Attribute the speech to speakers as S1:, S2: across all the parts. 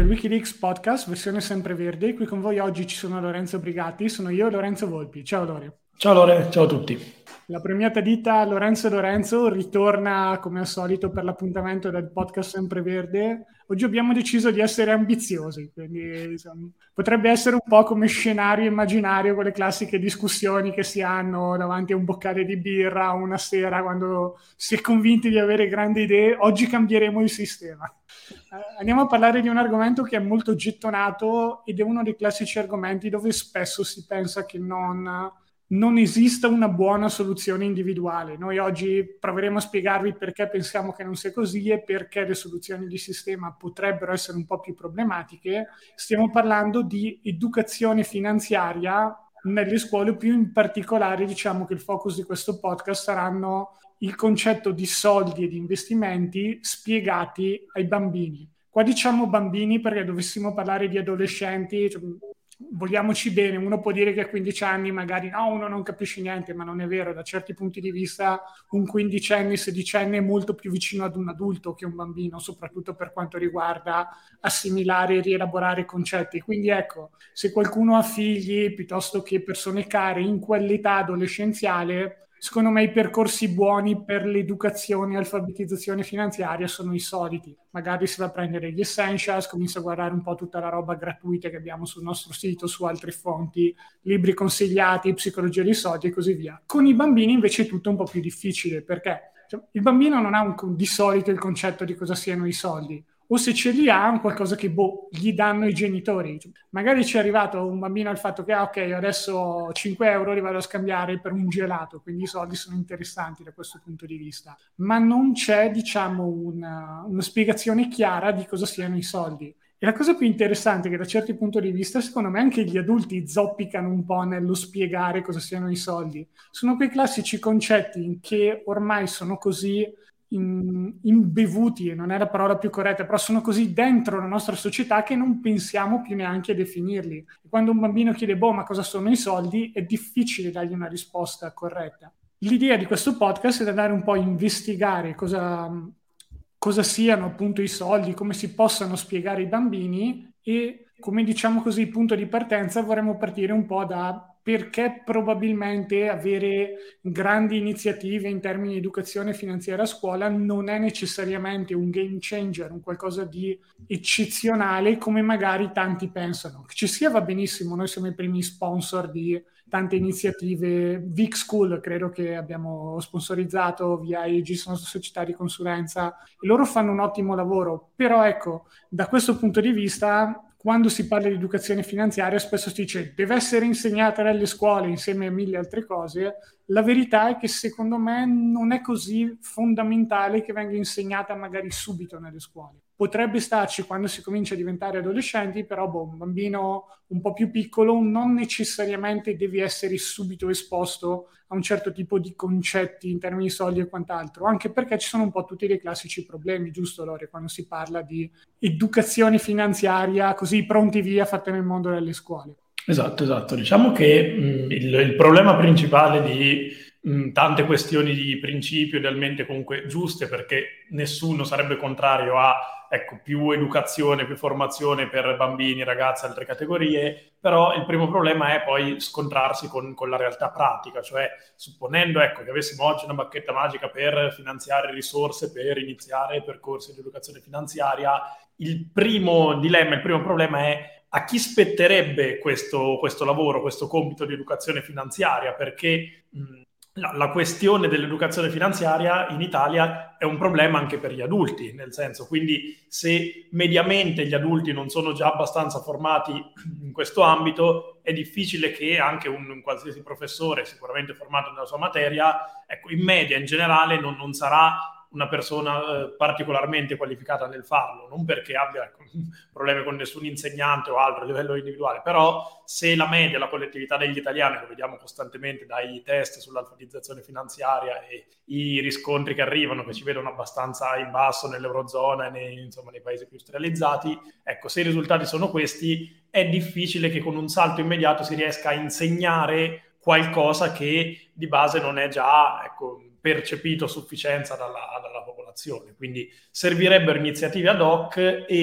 S1: del Wikileaks Podcast, versione sempreverde. Qui con voi oggi ci sono Lorenzo Brigatti, sono io e Lorenzo Volpi. Ciao Lore.
S2: Ciao Lore, ciao a tutti.
S1: La premiata ditta Lorenzo ritorna come al solito per l'appuntamento del podcast sempreverde. Oggi abbiamo deciso di essere ambiziosi, quindi insomma, potrebbe essere un po' come scenario immaginario, quelle classiche discussioni che si hanno davanti a un boccale di birra una sera quando si è convinti di avere grandi idee. Oggi cambieremo il sistema. Andiamo a parlare di un argomento che è molto gettonato ed è uno dei classici argomenti dove spesso si pensa che non esista una buona soluzione individuale. Noi oggi proveremo a spiegarvi perché pensiamo che non sia così e perché le soluzioni di sistema potrebbero essere un po' più problematiche. Stiamo parlando di educazione finanziaria nelle scuole, più in particolare diciamo che il focus di questo podcast saranno il concetto di soldi e di investimenti spiegati ai bambini. Qua diciamo bambini perché dovessimo parlare di adolescenti, cioè, vogliamoci bene, uno può dire che a 15 anni magari no, uno non capisce niente, ma non è vero, da certi punti di vista un quindicenne, sedicenne è molto più vicino ad un adulto che un bambino, soprattutto per quanto riguarda assimilare e rielaborare concetti. Quindi ecco, se qualcuno ha figli piuttosto che persone care in quell'età adolescenziale, secondo me i percorsi buoni per l'educazione e alfabetizzazione finanziaria sono i soliti. Magari si va a prendere gli essentials, comincia a guardare un po' tutta la roba gratuita che abbiamo sul nostro sito, su altre fonti, libri consigliati, psicologia dei soldi e così via. Con i bambini invece è tutto un po' più difficile perché il bambino non ha di solito il concetto di cosa siano i soldi. O se ce li ha, un qualcosa che gli danno i genitori. Magari ci è arrivato un bambino al fatto che ok, adesso ho 5 euro li vado a scambiare per un gelato, quindi i soldi sono interessanti da questo punto di vista. Ma non c'è, diciamo, una spiegazione chiara di cosa siano i soldi. E la cosa più interessante è che da certi punti di vista, secondo me, anche gli adulti zoppicano un po' nello spiegare cosa siano i soldi. Sono quei classici concetti che ormai sono così imbevuti, e non è la parola più corretta, però sono così dentro la nostra società che non pensiamo più neanche a definirli. E quando un bambino chiede, ma cosa sono i soldi? È difficile dargli una risposta corretta. L'idea di questo podcast è da dare un po' a investigare cosa siano appunto i soldi, come si possano spiegare ai bambini e come diciamo così, punto di partenza vorremmo partire un po' da perché probabilmente avere grandi iniziative in termini di educazione finanziaria a scuola non è necessariamente un game changer, un qualcosa di eccezionale come magari tanti pensano. Che ci sia va benissimo, noi siamo i primi sponsor di tante iniziative. Vic School credo che abbiamo sponsorizzato via Aegis, la nostra società di consulenza, e loro fanno un ottimo lavoro, però ecco, da questo punto di vista quando si parla di educazione finanziaria spesso si dice deve essere insegnata nelle scuole insieme a mille altre cose. La verità è che secondo me non è così fondamentale che venga insegnata magari subito nelle scuole. Potrebbe starci quando si comincia a diventare adolescenti, però un bambino un po' più piccolo non necessariamente deve essere subito esposto a un certo tipo di concetti in termini di soldi e quant'altro, anche perché ci sono un po' tutti dei classici problemi, giusto Lore, quando si parla di educazione finanziaria così pronti via fatta nel mondo delle scuole.
S2: Esatto. Diciamo che il problema principale di tante questioni di principio, idealmente comunque giuste, perché nessuno sarebbe contrario a più educazione, più formazione per bambini, ragazzi, altre categorie, però il primo problema è poi scontrarsi con la realtà pratica, cioè supponendo che avessimo oggi una bacchetta magica per finanziare risorse per iniziare percorsi di educazione finanziaria, il primo dilemma, il primo problema è a chi spetterebbe questo lavoro, questo compito di educazione finanziaria, perché la questione dell'educazione finanziaria in Italia è un problema anche per gli adulti, nel senso, quindi se mediamente gli adulti non sono già abbastanza formati in questo ambito, è difficile che anche un qualsiasi professore, sicuramente formato nella sua materia, in media, in generale, non sarà una persona particolarmente qualificata nel farlo, non perché abbia problemi con nessun insegnante o altro a livello individuale, però se la media, la collettività degli italiani, lo vediamo costantemente dai test sull'alfabetizzazione finanziaria e i riscontri che arrivano, che ci vedono abbastanza in basso nell'Eurozona e nei paesi più industrializzati, se i risultati sono questi, è difficile che con un salto immediato si riesca a insegnare qualcosa che di base non è già percepito a sufficienza dalla popolazione. Quindi servirebbero iniziative ad hoc e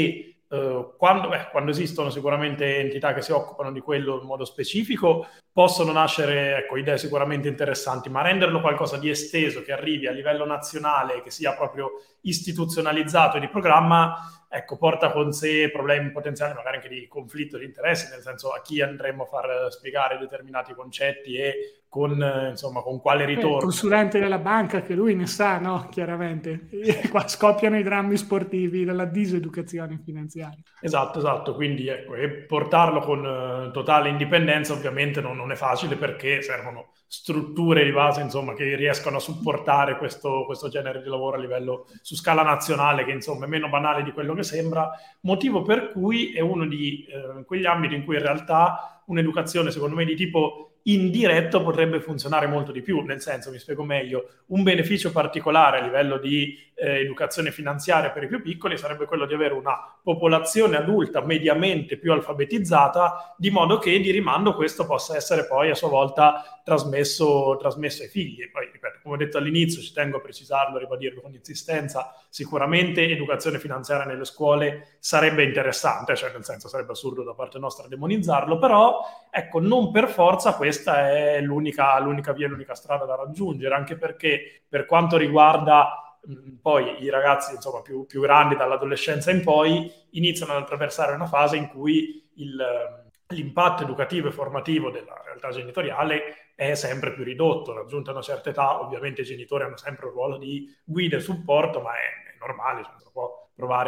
S2: quando esistono sicuramente entità che si occupano di quello in modo specifico, possono nascere, ecco, idee sicuramente interessanti, ma renderlo qualcosa di esteso, che arrivi a livello nazionale, che sia proprio istituzionalizzato e di programma, ecco, porta con sé problemi potenziali, magari anche di conflitto di interessi, nel senso a chi andremo a far spiegare determinati concetti e insomma, con quale ritorno.
S1: Il consulente della banca, che lui ne sa, no? Chiaramente. E qua scoppiano i drammi sportivi della diseducazione finanziaria.
S2: Esatto. Quindi ecco, e portarlo con totale indipendenza ovviamente non è facile, perché servono strutture di base, insomma, che riescano a supportare questo genere di lavoro a livello su scala nazionale, che insomma è meno banale di quello che sembra, motivo per cui è uno di quegli ambiti in cui in realtà un'educazione, secondo me, di tipo indiretto potrebbe funzionare molto di più. Nel senso, mi spiego meglio, un beneficio particolare a livello di educazione finanziaria per i più piccoli sarebbe quello di avere una popolazione adulta mediamente più alfabetizzata, di modo che di rimando questo possa essere poi a sua volta trasmesso ai figli. E poi, ripeto, come ho detto all'inizio, ci tengo a precisarlo, a ribadirlo con insistenza, sicuramente educazione finanziaria nelle scuole sarebbe interessante, cioè nel senso sarebbe assurdo da parte nostra demonizzarlo, però ecco, non per forza questa è l'unica via, l'unica strada da raggiungere, anche perché per quanto riguarda poi i ragazzi, insomma, più grandi, dall'adolescenza in poi, iniziano ad attraversare una fase in cui l'impatto educativo e formativo della realtà genitoriale è sempre più ridotto. Raggiunta una certa età, ovviamente i genitori hanno sempre un ruolo di guida e supporto, ma è normale, cioè, non può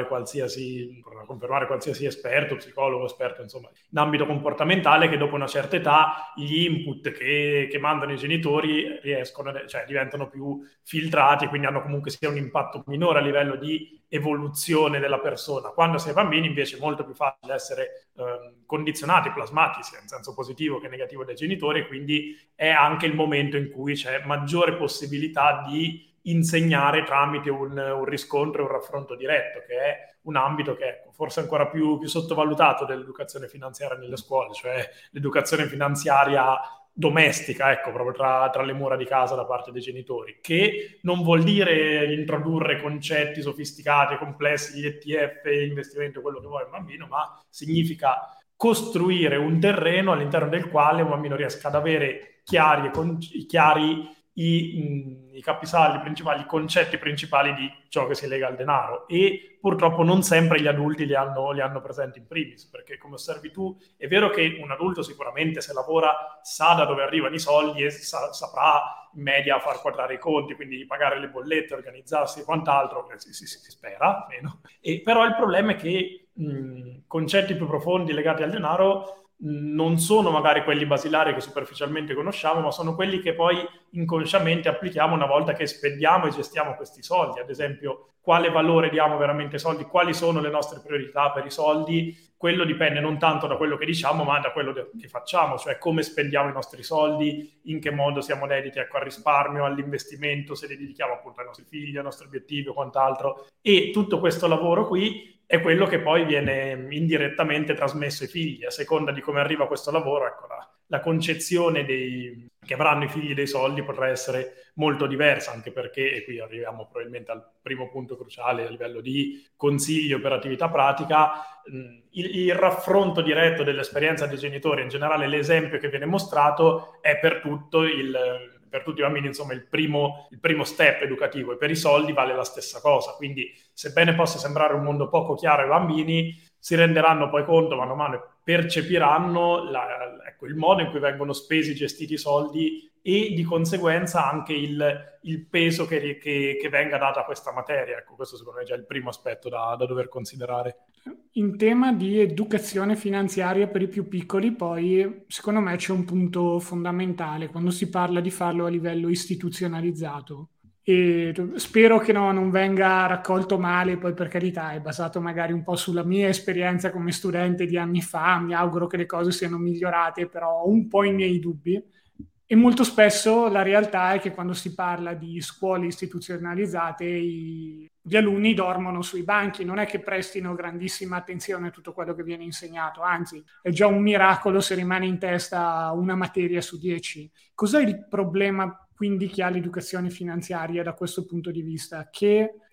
S2: confermare qualsiasi esperto, psicologo, esperto, insomma, in ambito comportamentale, che dopo una certa età gli input che mandano i genitori diventano più filtrati, quindi hanno comunque sia un impatto minore a livello di evoluzione della persona. Quando si è bambini invece è molto più facile essere condizionati, plasmati, sia in senso positivo che negativo dai genitori, e quindi è anche il momento in cui c'è maggiore possibilità di insegnare tramite un riscontro e un raffronto diretto, che è un ambito che è forse ancora più sottovalutato dell'educazione finanziaria nelle scuole, cioè l'educazione finanziaria domestica, ecco, proprio tra le mura di casa da parte dei genitori, che non vuol dire introdurre concetti sofisticati e complessi, gli ETF, investimento, quello che vuole il bambino, ma significa costruire un terreno all'interno del quale un bambino riesca ad avere chiari i capisaldi principali, i concetti principali di ciò che si lega al denaro, e purtroppo non sempre gli adulti li hanno presenti in primis, perché come osservi tu è vero che un adulto sicuramente, se lavora, sa da dove arrivano i soldi e saprà in media far quadrare i conti, quindi pagare le bollette, organizzarsi e quant'altro, si spera meno. Però il problema è che concetti più profondi legati al denaro non sono magari quelli basilari che superficialmente conosciamo, ma sono quelli che poi inconsciamente applichiamo una volta che spendiamo e gestiamo questi soldi. Ad esempio, quale valore diamo veramente ai soldi, quali sono le nostre priorità per i soldi. Quello dipende non tanto da quello che diciamo, ma da quello che facciamo, cioè come spendiamo i nostri soldi, in che modo siamo dediti, ecco, al risparmio, all'investimento, se li dedichiamo appunto ai nostri figli, ai nostri obiettivi o quant'altro. E tutto questo lavoro qui è quello che poi viene indirettamente trasmesso ai figli. A seconda di come arriva questo lavoro, ecco, la concezione che avranno i figli dei soldi potrà essere molto diversa, anche perché, e qui arriviamo probabilmente al primo punto cruciale a livello di consiglio per attività pratica, il raffronto diretto dell'esperienza dei genitori, in generale l'esempio che viene mostrato, è per tutti i bambini, insomma, il primo step educativo, e per i soldi vale la stessa cosa. Quindi, sebbene possa sembrare un mondo poco chiaro ai bambini, si renderanno poi conto mano a mano e percepiranno il modo in cui vengono spesi, gestiti i soldi, e di conseguenza anche il peso che venga dato a questa materia. Ecco, questo secondo me è già il primo aspetto da dover considerare.
S1: In tema di educazione finanziaria per i più piccoli, poi, secondo me c'è un punto fondamentale quando si parla di farlo a livello istituzionalizzato. E spero che non venga raccolto male, poi per carità è basato magari un po' sulla mia esperienza come studente di anni fa, mi auguro che le cose siano migliorate, però ho un po' i miei dubbi. E molto spesso la realtà è che quando si parla di scuole istituzionalizzate gli alunni dormono sui banchi, non è che prestino grandissima attenzione a tutto quello che viene insegnato, anzi è già un miracolo se rimane in testa una materia su 10. Cos'è il problema quindi che ha l'educazione finanziaria da questo punto di vista? Che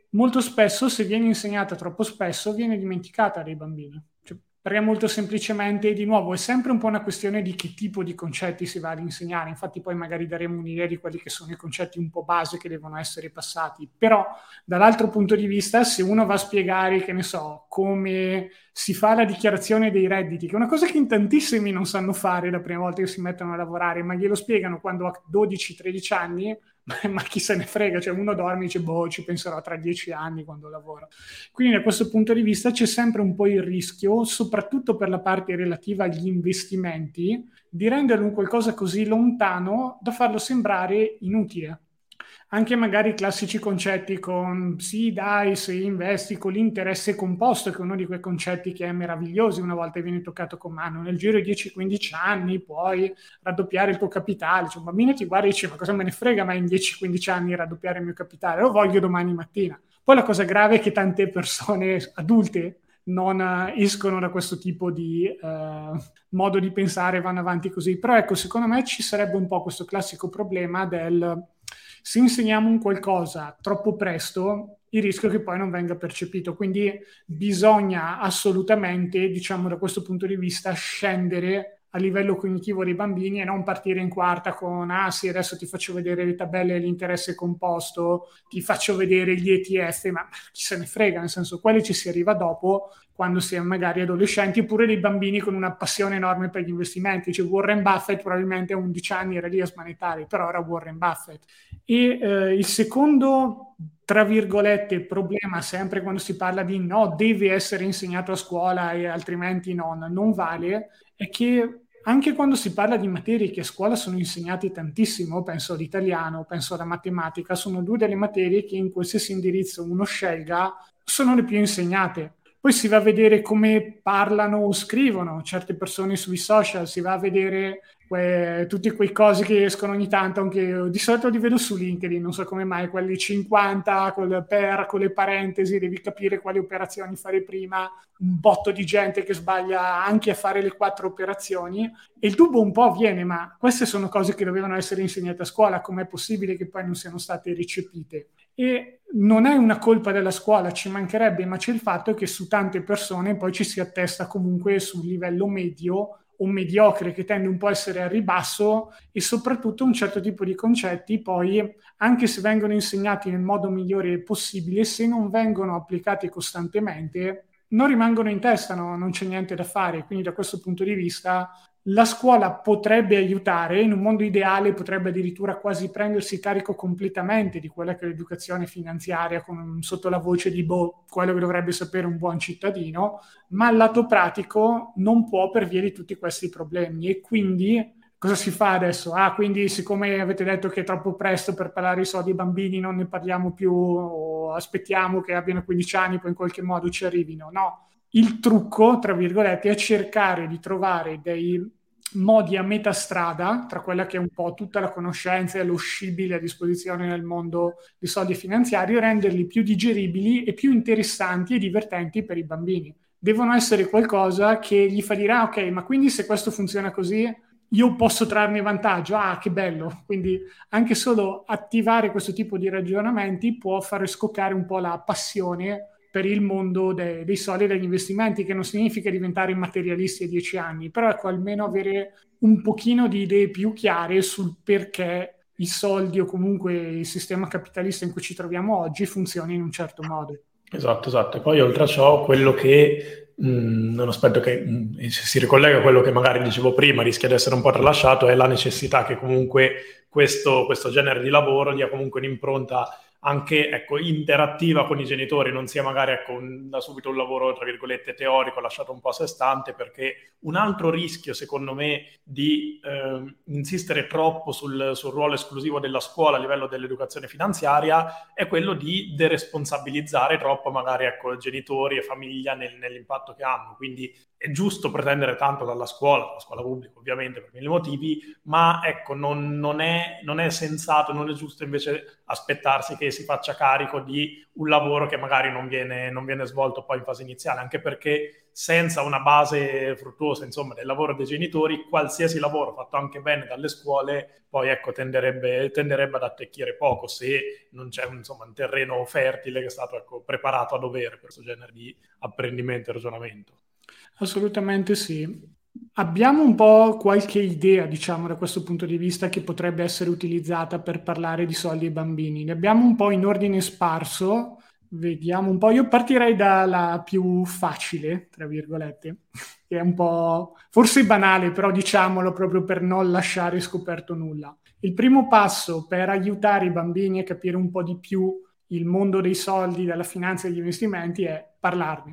S1: molto spesso, se viene insegnata troppo spesso, viene dimenticata dai bambini. Cioè, perché molto semplicemente, di nuovo, è sempre un po' una questione di che tipo di concetti si va ad insegnare. Infatti poi magari daremo un'idea di quelli che sono i concetti un po' base che devono essere passati. Però, dall'altro punto di vista, se uno va a spiegare, che ne so, come si fa la dichiarazione dei redditi, che è una cosa che in tantissimi non sanno fare la prima volta che si mettono a lavorare, ma glielo spiegano quando ha 12-13 anni, ma chi se ne frega, cioè uno dorme e dice boh, ci penserò tra 10 anni quando lavoro. Quindi da questo punto di vista c'è sempre un po' il rischio, soprattutto per la parte relativa agli investimenti, di renderlo un qualcosa così lontano da farlo sembrare inutile. Anche magari i classici concetti con sì, dai, se investi con l'interesse composto, che è uno di quei concetti che è meraviglioso una volta che viene toccato con mano. Nel giro di 10-15 anni puoi raddoppiare il tuo capitale. Cioè, un bambino ti guarda e dice: ma cosa me ne frega ma in 10-15 anni raddoppiare il mio capitale? Lo voglio domani mattina. Poi la cosa grave è che tante persone adulte non escono da questo tipo di modo di pensare e vanno avanti così. Però ecco, secondo me ci sarebbe un po' questo classico problema del se insegniamo un qualcosa troppo presto, il rischio è che poi non venga percepito. Quindi bisogna assolutamente, diciamo da questo punto di vista, scendere a livello cognitivo dei bambini e non partire in quarta con ah sì, adesso ti faccio vedere le tabelle dell'interesse composto, ti faccio vedere gli ETF, ma chi se ne frega, nel senso quelli ci si arriva dopo quando si è magari adolescenti, oppure dei bambini con una passione enorme per gli investimenti. Cioè Warren Buffett probabilmente a 11 anni era lì a smanettare, però era Warren Buffett. E il secondo, tra virgolette, problema, sempre quando si parla di no, deve essere insegnato a scuola e altrimenti non vale, è che anche quando si parla di materie che a scuola sono insegnate tantissimo, penso all'italiano, penso alla matematica, sono due delle materie che in qualsiasi indirizzo uno scelga sono le più insegnate. Poi si va a vedere come parlano o scrivono certe persone sui social, si va a vedere tutti quei cosi che escono ogni tanto, anche di solito li vedo su LinkedIn, non so come mai, quelli 50 con le parentesi, devi capire quali operazioni fare prima, un botto di gente che sbaglia anche a fare le 4 operazioni, e il dubbio un po' viene, ma queste sono cose che dovevano essere insegnate a scuola, com'è possibile che poi non siano state recepite? E non è una colpa della scuola, ci mancherebbe, ma c'è il fatto che su tante persone poi ci si attesta comunque sul livello medio o mediocre, che tende un po' a essere a ribasso, e soprattutto un certo tipo di concetti poi, anche se vengono insegnati nel modo migliore possibile, se non vengono applicati costantemente non rimangono in testa, non c'è niente da fare. Quindi da questo punto di vista la scuola potrebbe aiutare, in un mondo ideale potrebbe addirittura quasi prendersi carico completamente di quella che è l'educazione finanziaria, sotto la voce di quello che dovrebbe sapere un buon cittadino, ma al lato pratico non può per via di tutti questi problemi. E quindi cosa si fa adesso? Quindi siccome avete detto che è troppo presto per parlare di soldi ai bambini, non ne parliamo più, o aspettiamo che abbiano 15 anni poi in qualche modo ci arrivino? No. Il trucco, tra virgolette, è cercare di trovare dei modi a metà strada tra quella che è un po' tutta la conoscenza e lo scibile a disposizione nel mondo dei soldi finanziari, e renderli più digeribili e più interessanti e divertenti per i bambini. Devono essere qualcosa che gli fa dire ok, ma quindi se questo funziona così io posso trarne vantaggio, che bello. Quindi anche solo attivare questo tipo di ragionamenti può far scoccare un po' la passione per il mondo dei soldi e degli investimenti, che non significa diventare materialisti a 10 anni, però ecco, almeno avere un pochino di idee più chiare sul perché i soldi o comunque il sistema capitalista in cui ci troviamo oggi funzioni in un certo modo.
S2: Esatto. E poi oltre a ciò, quello che un aspetto che si ricollega a quello che magari dicevo prima, rischia di essere un po' tralasciato, è la necessità che comunque questo genere di lavoro dia comunque un'impronta anche interattiva con i genitori, non sia magari da subito un lavoro tra virgolette teorico lasciato un po' a sé stante, perché un altro rischio secondo me di insistere troppo sul ruolo esclusivo della scuola a livello dell'educazione finanziaria è quello di deresponsabilizzare troppo magari genitori e famiglia nell'impatto che hanno. Quindi è giusto pretendere tanto dalla scuola pubblica ovviamente per mille motivi, ma non è sensato, non è giusto invece aspettarsi che che si faccia carico di un lavoro che magari non viene svolto poi in fase iniziale, anche perché senza una base fruttuosa, insomma, del lavoro dei genitori, qualsiasi lavoro fatto anche bene dalle scuole, poi ecco, tenderebbe ad attecchire poco se non c'è insomma, un terreno fertile che è stato ecco, preparato a dovere per questo genere di apprendimento e ragionamento.
S1: Assolutamente sì. Abbiamo un po' qualche idea, diciamo, da questo punto di vista che potrebbe essere utilizzata per parlare di soldi ai bambini. Ne abbiamo un po' in ordine sparso. Vediamo un po'. Io partirei dalla più facile, tra virgolette, che è un po' forse banale, però diciamolo proprio per non lasciare scoperto nulla. Il primo passo per aiutare i bambini a capire un po' di più il mondo dei soldi, della finanza e degli investimenti è parlarne.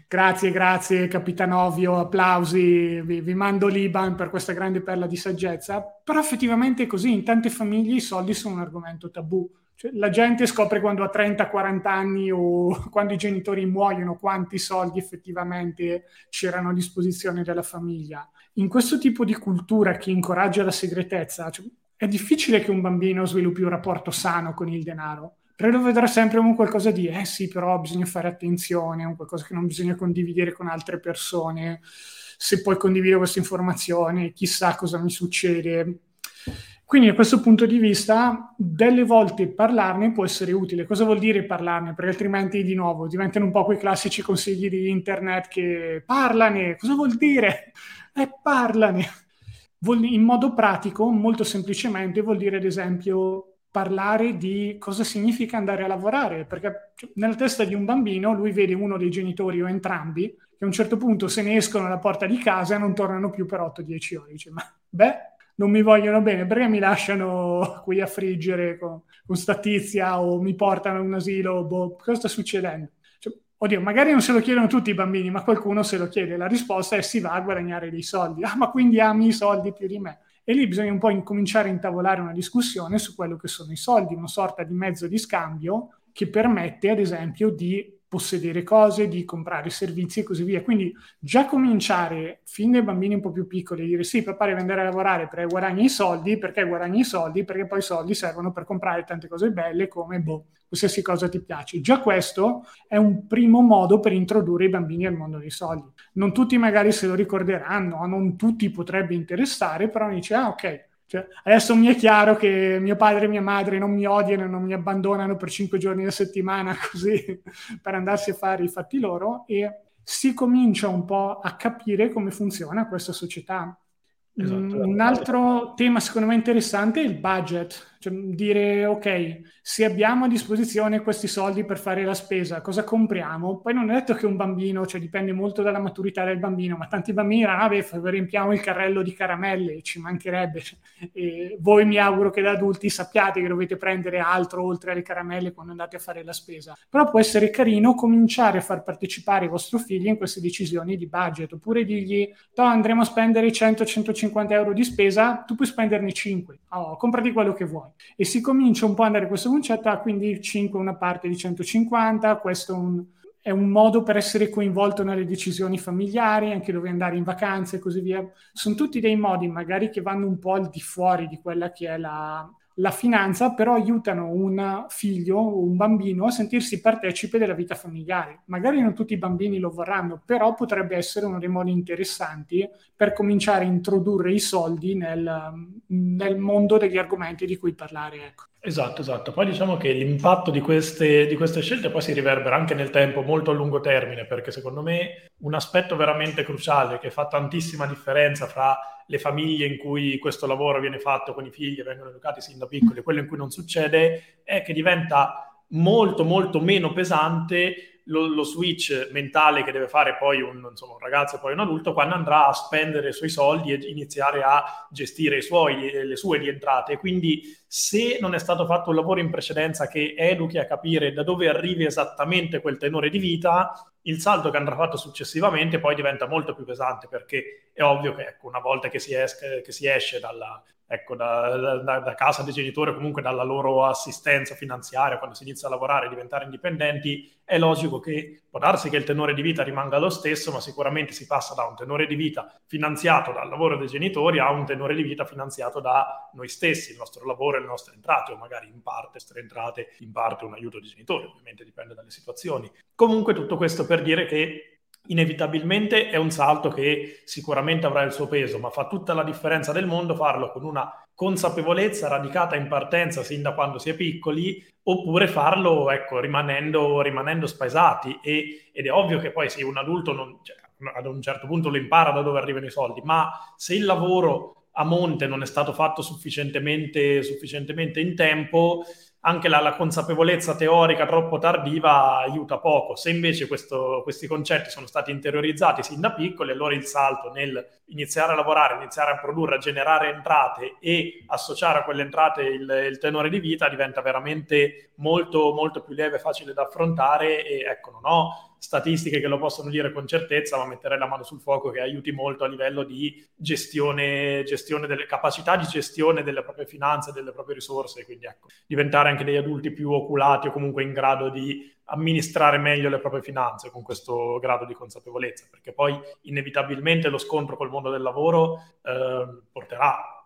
S1: Grazie, Capitanovio, applausi, vi mando l'IBAN per questa grande perla di saggezza, però effettivamente è così, in tante famiglie i soldi sono un argomento tabù. Cioè, la gente scopre quando ha 30-40 anni o quando i genitori muoiono quanti soldi effettivamente c'erano a disposizione della famiglia. In questo tipo di cultura che incoraggia la segretezza, cioè, è difficile che un bambino sviluppi un rapporto sano con il denaro. Però lo vedrà sempre come qualcosa di, sì, però bisogna fare attenzione, è un qualcosa che non bisogna condividere con altre persone. Se poi condivido questa informazione, chissà cosa mi succede. Quindi da questo punto di vista, delle volte parlarne può essere utile. Cosa vuol dire parlarne? Perché altrimenti, di nuovo, diventano un po' quei classici consigli di internet che parlane. Cosa vuol dire? Parlane. In modo pratico, molto semplicemente, vuol dire, ad esempio, parlare di cosa significa andare a lavorare, perché nella testa di un bambino lui vede uno dei genitori o entrambi che a un certo punto se ne escono dalla porta di casa e non tornano più per 8-10 ore. Dice, ma non mi vogliono bene, perché mi lasciano qui a friggere con sta tizia o mi portano in un asilo, cosa sta succedendo? Oddio, magari non se lo chiedono tutti i bambini, ma qualcuno se lo chiede. La risposta è si va a guadagnare dei soldi. Ma quindi ami i soldi più di me? E lì bisogna un po' incominciare a intavolare una discussione su quello che sono i soldi, una sorta di mezzo di scambio che permette, ad esempio, di possedere cose, di comprare servizi e così via. Quindi già cominciare fin dai bambini un po' più piccoli a dire sì, papà deve andare a lavorare perché guadagni i soldi, perché guadagni i soldi, perché poi i soldi servono per comprare tante cose belle come qualsiasi cosa ti piace. Già questo è un primo modo per introdurre i bambini al mondo dei soldi. Non tutti magari se lo ricorderanno, non tutti potrebbe interessare, però dice, ok, cioè, adesso mi è chiaro che mio padre e mia madre non mi odiano e non mi abbandonano per 5 giorni a settimana così per andarsi a fare i fatti loro e si comincia un po' a capire come funziona questa società.
S2: Esatto.
S1: Un altro tema secondo me interessante è il budget, cioè dire ok, se abbiamo a disposizione questi soldi per fare la spesa, cosa compriamo? Poi non è detto che un bambino, cioè dipende molto dalla maturità del bambino, ma tanti bambini diranno, riempiamo il carrello di caramelle, ci mancherebbe. E voi mi auguro che da adulti sappiate che dovete prendere altro oltre alle caramelle quando andate a fare la spesa. Però può essere carino cominciare a far partecipare i vostri figli in queste decisioni di budget, oppure dirgli, andremo a spendere 100-150 euro di spesa, tu puoi spenderne 5, comprati quello che vuoi. E si comincia un po' ad andare questo concetto, quindi 5 una parte di 150, questo è un modo per essere coinvolto nelle decisioni familiari, anche dove andare in vacanza e così via. Sono tutti dei modi magari che vanno un po' al di fuori di quella che è la finanza, però aiutano un figlio o un bambino a sentirsi partecipe della vita familiare. Magari non tutti i bambini lo vorranno, però potrebbe essere uno dei modi interessanti per cominciare a introdurre i soldi nel mondo degli argomenti di cui parlare. Ecco.
S2: Esatto. Poi diciamo che l'impatto di queste scelte poi si riverbera anche nel tempo, molto a lungo termine, perché secondo me un aspetto veramente cruciale che fa tantissima differenza fra le famiglie in cui questo lavoro viene fatto con i figli e vengono educati sin da piccoli e quello in cui non succede è che diventa molto molto meno pesante lo switch mentale che deve fare poi un ragazzo e poi un adulto quando andrà a spendere i suoi soldi e iniziare a gestire le sue rientrate. Quindi se non è stato fatto un lavoro in precedenza che educhi a capire da dove arrivi esattamente quel tenore di vita, il salto che andrà fatto successivamente poi diventa molto più pesante, perché è ovvio che una volta che si esce ecco, da casa dei genitori o comunque dalla loro assistenza finanziaria quando si inizia a lavorare e diventare indipendenti, è logico che può darsi che il tenore di vita rimanga lo stesso, ma sicuramente si passa da un tenore di vita finanziato dal lavoro dei genitori a un tenore di vita finanziato da noi stessi, il nostro lavoro e le nostre entrate, o magari in parte le nostre entrate, in parte un aiuto dei genitori, ovviamente dipende dalle situazioni. Comunque tutto questo per dire che inevitabilmente è un salto che sicuramente avrà il suo peso, ma fa tutta la differenza del mondo farlo con una consapevolezza radicata in partenza sin da quando si è piccoli, oppure farlo, ecco, rimanendo spaesati. Ed è ovvio che poi se un adulto ad un certo punto lo impara da dove arrivano i soldi, ma se il lavoro a monte non è stato fatto sufficientemente in tempo, anche la consapevolezza teorica troppo tardiva aiuta poco. Se invece questi concetti sono stati interiorizzati sin da piccoli, allora il salto nel iniziare a lavorare, iniziare a produrre, a generare entrate e associare a quelle entrate il tenore di vita diventa veramente molto, molto più lieve e facile da affrontare. E ecco, non ho statistiche che lo possono dire con certezza, ma metterei la mano sul fuoco che aiuti molto a livello di gestione delle capacità di gestione delle proprie finanze, delle proprie risorse, quindi ecco, diventare anche degli adulti più oculati o comunque in grado di amministrare meglio le proprie finanze con questo grado di consapevolezza, perché poi inevitabilmente lo scontro col mondo del lavoro porterà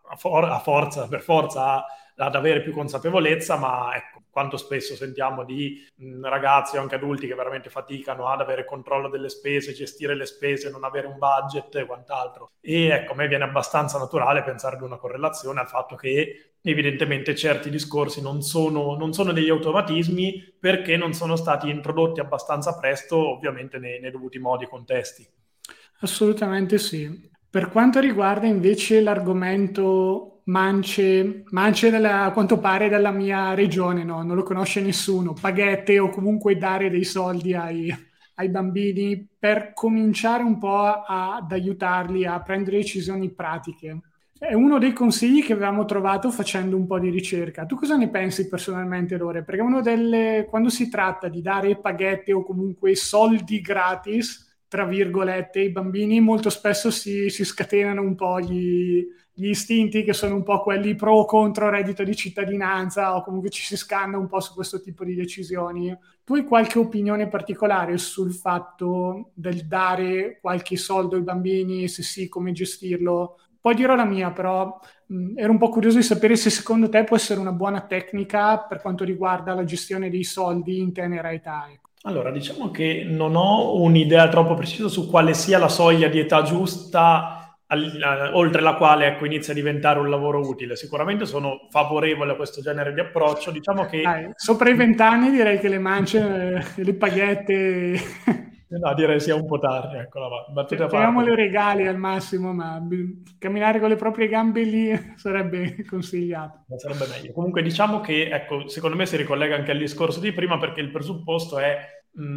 S2: per forza ad avere più consapevolezza, ma ecco, quanto spesso sentiamo di ragazzi o anche adulti che veramente faticano ad avere controllo delle spese, gestire le spese, non avere un budget e quant'altro. E ecco, a me viene abbastanza naturale pensare ad una correlazione al fatto che evidentemente certi discorsi non sono degli automatismi perché non sono stati introdotti abbastanza presto, ovviamente nei dovuti modi e contesti.
S1: Assolutamente sì. Per quanto riguarda invece l'argomento mance a quanto pare dalla mia regione, no? Non lo conosce nessuno, paghette o comunque dare dei soldi ai bambini per cominciare un po' ad aiutarli a prendere decisioni pratiche. È uno dei consigli che avevamo trovato facendo un po' di ricerca. Tu cosa ne pensi personalmente, Lore? Perché quando si tratta di dare paghette o comunque soldi gratis, tra virgolette, i bambini molto spesso si scatenano un po' gli istinti che sono un po' quelli pro o contro reddito di cittadinanza, o comunque ci si scanna un po' su questo tipo di decisioni. Tu hai qualche opinione particolare sul fatto del dare qualche soldo ai bambini, se sì, come gestirlo? Poi dirò la mia, però ero un po' curioso di sapere se secondo te può essere una buona tecnica per quanto riguarda la gestione dei soldi in tenera età.
S2: Allora, diciamo che non ho un'idea troppo precisa su quale sia la soglia di età giusta oltre la quale, ecco, inizia a diventare un lavoro utile. Sicuramente sono favorevole a questo genere di approccio. Diciamo che
S1: sopra i 20 anni direi che le mance, le paghette...
S2: No, direi sia un po' tardi, ecco, battute a parte.
S1: Chiamiamole regali al massimo, ma camminare con le proprie gambe lì sarebbe consigliato.
S2: Sarebbe meglio. Comunque diciamo che, ecco, secondo me si ricollega anche al discorso di prima, perché il presupposto è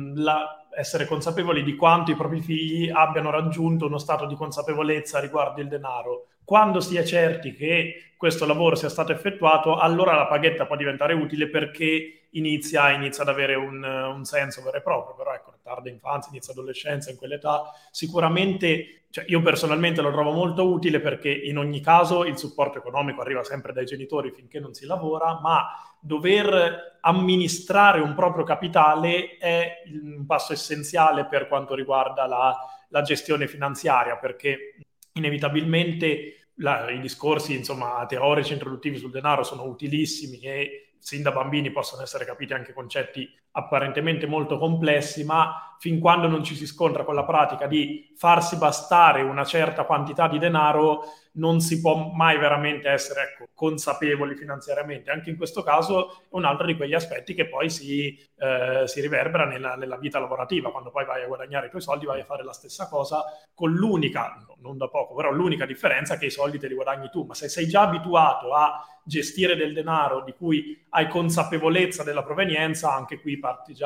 S2: essere consapevoli di quanto i propri figli abbiano raggiunto uno stato di consapevolezza riguardo il denaro. Quando si è certi che questo lavoro sia stato effettuato, allora la paghetta può diventare utile perché inizia ad avere un senso vero e proprio. Però ecco, tarda infanzia, inizia adolescenza, in quell'età sicuramente, cioè, io personalmente lo trovo molto utile perché in ogni caso il supporto economico arriva sempre dai genitori finché non si lavora, ma dover amministrare un proprio capitale è un passo essenziale per quanto riguarda la gestione finanziaria, perché inevitabilmente i discorsi, insomma, teorici introduttivi sul denaro sono utilissimi e sin da bambini possono essere capiti anche concetti apparentemente molto complessi, ma fin quando non ci si scontra con la pratica di farsi bastare una certa quantità di denaro non si può mai veramente essere, ecco, consapevoli finanziariamente. Anche in questo caso è un altro di quegli aspetti che poi si riverbera nella vita lavorativa. Quando poi vai a guadagnare i tuoi soldi vai a fare la stessa cosa con l'unica, non da poco, però l'unica differenza è che i soldi te li guadagni tu, ma se sei già abituato a gestire del denaro di cui hai consapevolezza della provenienza, anche qui parti già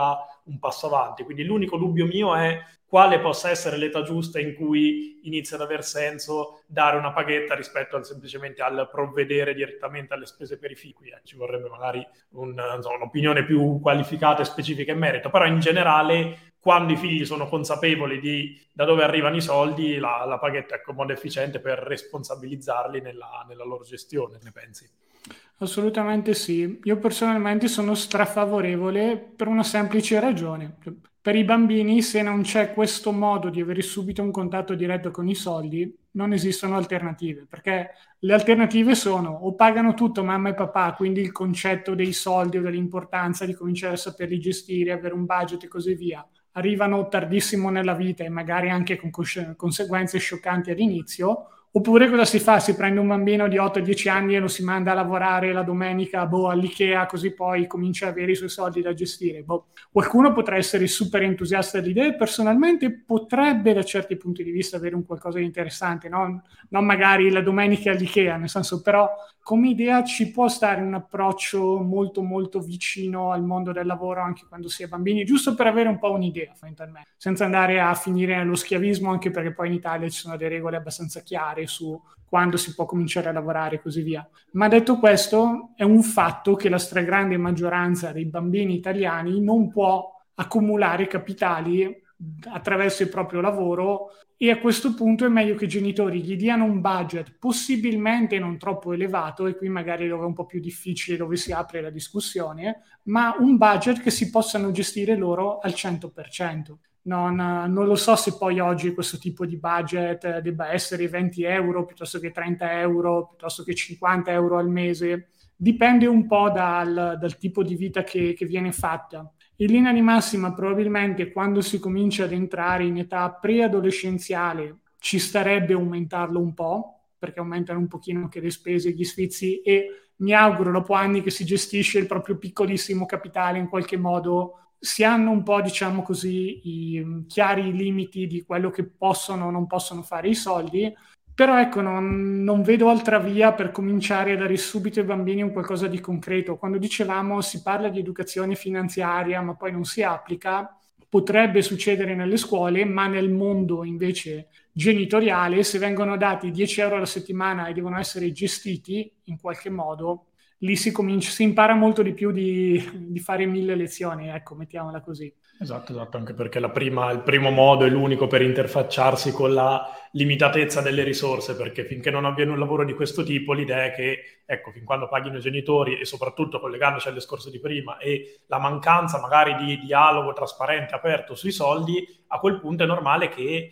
S2: un passo avanti. Quindi l'unico dubbio mio è quale possa essere l'età giusta in cui inizia ad aver senso dare una paghetta rispetto semplicemente al provvedere direttamente alle spese per i figli. Ci vorrebbe magari un'opinione più qualificata e specifica in merito, però in generale quando i figli sono consapevoli di da dove arrivano i soldi, la paghetta è un modo efficiente per responsabilizzarli nella loro gestione, ne pensi?
S1: Assolutamente sì. Io personalmente sono strafavorevole per una semplice ragione. Per i bambini, se non c'è questo modo di avere subito un contatto diretto con i soldi, non esistono alternative, perché le alternative sono o pagano tutto mamma e papà, quindi il concetto dei soldi o dell'importanza di cominciare a saperli gestire, avere un budget e così via, arrivano tardissimo nella vita e magari anche con conseguenze scioccanti all'inizio. Oppure cosa si fa? Si prende un bambino di 8-10 anni e lo si manda a lavorare la domenica all'Ikea, così poi comincia ad avere i suoi soldi da gestire. Qualcuno potrà essere super entusiasta dell'idea e personalmente potrebbe da certi punti di vista avere un qualcosa di interessante, no? Non magari la domenica all'Ikea, nel senso, però come idea ci può stare un approccio molto molto vicino al mondo del lavoro anche quando si è bambini, giusto per avere un po' un'idea, senza andare a finire nello schiavismo, anche perché poi in Italia ci sono delle regole abbastanza chiare su quando si può cominciare a lavorare e così via. Ma detto questo, è un fatto che la stragrande maggioranza dei bambini italiani non può accumulare capitali attraverso il proprio lavoro, e a questo punto è meglio che i genitori gli diano un budget possibilmente non troppo elevato, e qui magari dove è un po' più difficile, dove si apre la discussione, ma un budget che si possano gestire loro al 100%. Non lo so se poi oggi questo tipo di budget debba essere 20 euro piuttosto che 30 euro, piuttosto che 50 euro al mese. Dipende un po' dal tipo di vita che viene fatta. In linea di massima, probabilmente quando si comincia ad entrare in età preadolescenziale ci starebbe aumentarlo un po', perché aumentano un pochino anche le spese, gli sfizi, e mi auguro dopo anni che si gestisce il proprio piccolissimo capitale in qualche modo si hanno un po', diciamo così, i chiari limiti di quello che possono o non possono fare i soldi, però ecco, non vedo altra via per cominciare a dare subito ai bambini un qualcosa di concreto. Quando dicevamo si parla di educazione finanziaria, ma poi non si applica, potrebbe succedere nelle scuole, ma nel mondo invece genitoriale, se vengono dati 10 euro alla settimana e devono essere gestiti in qualche modo, lì si impara molto di più di fare 1000 lezioni, ecco, mettiamola così.
S2: Esatto, anche perché il primo modo è l'unico per interfacciarsi con la limitatezza delle risorse, perché finché non avviene un lavoro di questo tipo, l'idea è che, ecco, fin quando paghino i genitori, e soprattutto collegandoci al discorso di prima, e la mancanza magari di dialogo trasparente, aperto sui soldi, a quel punto è normale che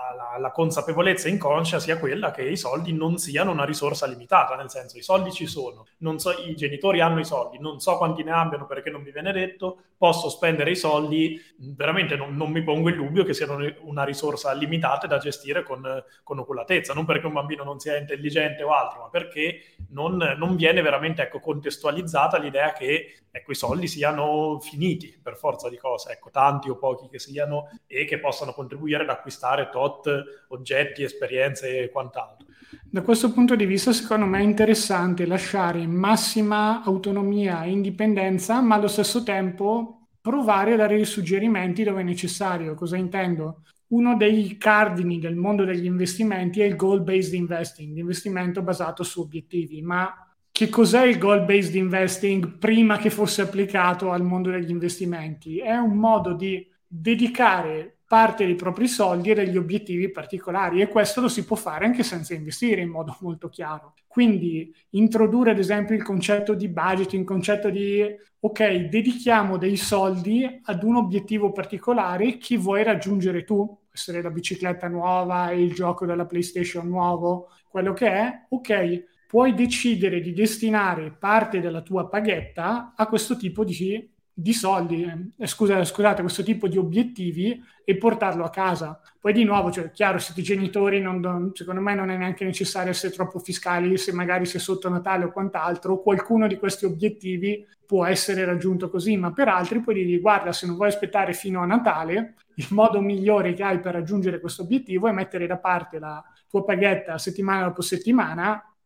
S2: la consapevolezza inconscia sia quella che i soldi non siano una risorsa limitata, nel senso i soldi ci sono, non so, i genitori hanno i soldi, non so quanti ne abbiano perché non mi viene detto, posso spendere i soldi, veramente non mi pongo il dubbio che siano una risorsa limitata da gestire con oculatezza, non perché un bambino non sia intelligente o altro, ma perché non viene veramente, ecco, contestualizzata l'idea che, ecco, i soldi siano finiti per forza di cose, ecco, tanti o pochi che siano, e che possano contribuire ad acquistare tot oggetti, esperienze e quant'altro.
S1: Da questo punto di vista, secondo me è interessante lasciare massima autonomia e indipendenza, ma allo stesso tempo provare a dare dei suggerimenti dove è necessario. Cosa intendo? Uno dei cardini del mondo degli investimenti è il goal-based investing, l'investimento basato su obiettivi. Ma che cos'è il goal-based investing prima che fosse applicato al mondo degli investimenti? È un modo di dedicare parte dei propri soldi e degli obiettivi particolari, e questo lo si può fare anche senza investire in modo molto chiaro. Quindi introdurre ad esempio il concetto di budget, il concetto di ok, dedichiamo dei soldi ad un obiettivo particolare che vuoi raggiungere tu, può essere la bicicletta nuova, il gioco della PlayStation nuovo, quello che è, ok, puoi decidere di destinare parte della tua paghetta a questo tipo di soldi, scusate, questo tipo di obiettivi, e portarlo a casa. Poi di nuovo, cioè, chiaro, siete genitori, secondo me non è neanche necessario essere troppo fiscali, se magari si è sotto Natale o quant'altro, qualcuno di questi obiettivi può essere raggiunto così, ma per altri puoi dirgli, guarda, se non vuoi aspettare fino a Natale, il modo migliore che hai per raggiungere questo obiettivo è mettere da parte la tua paghetta settimana dopo settimana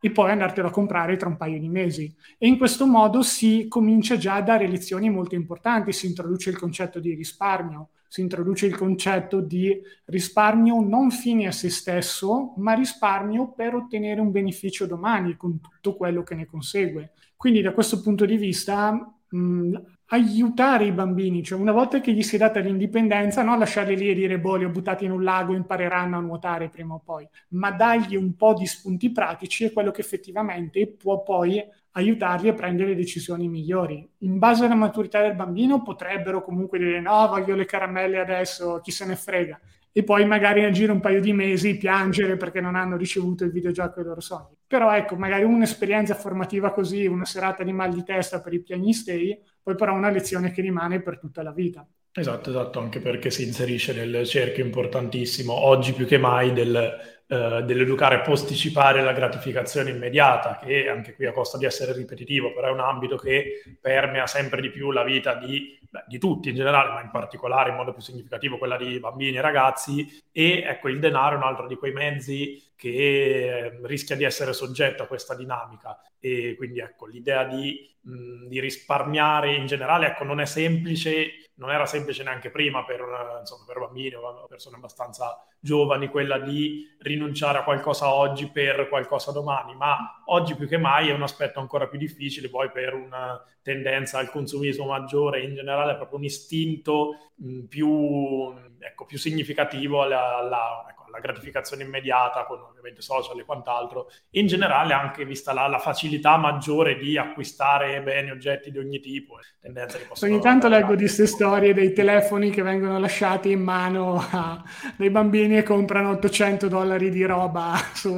S1: e poi andartelo a comprare tra un paio di mesi. E in questo modo si comincia già a dare lezioni molto importanti, si introduce il concetto di risparmio, si introduce il concetto di risparmio non fine a se stesso, ma risparmio per ottenere un beneficio domani con tutto quello che ne consegue. Quindi da questo punto di vista aiutare i bambini, cioè una volta che gli si è data l'indipendenza, non lasciarli lì e dire boh, li ho buttati in un lago, impareranno a nuotare prima o poi, ma dargli un po' di spunti pratici è quello che effettivamente può poi aiutarli a prendere decisioni migliori. In base alla maturità del bambino potrebbero comunque dire no, voglio le caramelle adesso, chi se ne frega. E poi magari nel giro un paio di mesi piangere perché non hanno ricevuto il videogioco dei loro sogni. Però ecco, magari un'esperienza formativa così, una serata di mal di testa per i piagnistei, poi però una lezione che rimane per tutta la vita.
S2: Esatto, anche perché si inserisce nel cerchio importantissimo, oggi più che mai, dell'educare a posticipare la gratificazione immediata, che anche qui a costo di essere ripetitivo, però è un ambito che permea sempre di più la vita di tutti in generale, ma in particolare in modo più significativo quella di bambini e ragazzi, e ecco il denaro è un altro di quei mezzi che rischia di essere soggetto a questa dinamica, e quindi ecco l'idea di risparmiare in generale, ecco, non è semplice, non era semplice neanche prima per bambini o persone abbastanza giovani, quella di rinunciare a qualcosa oggi per qualcosa domani, ma oggi più che mai è un aspetto ancora più difficile, poi per una tendenza al consumismo maggiore, in generale è proprio un istinto più significativo alla gratificazione immediata, con ovviamente social e quant'altro, in generale anche vista la facilità maggiore di acquistare beni, oggetti di ogni tipo, tendenza che possono...
S1: Ogni tanto leggo di queste storie dei telefoni che vengono lasciati in mano dai bambini e comprano $800 di roba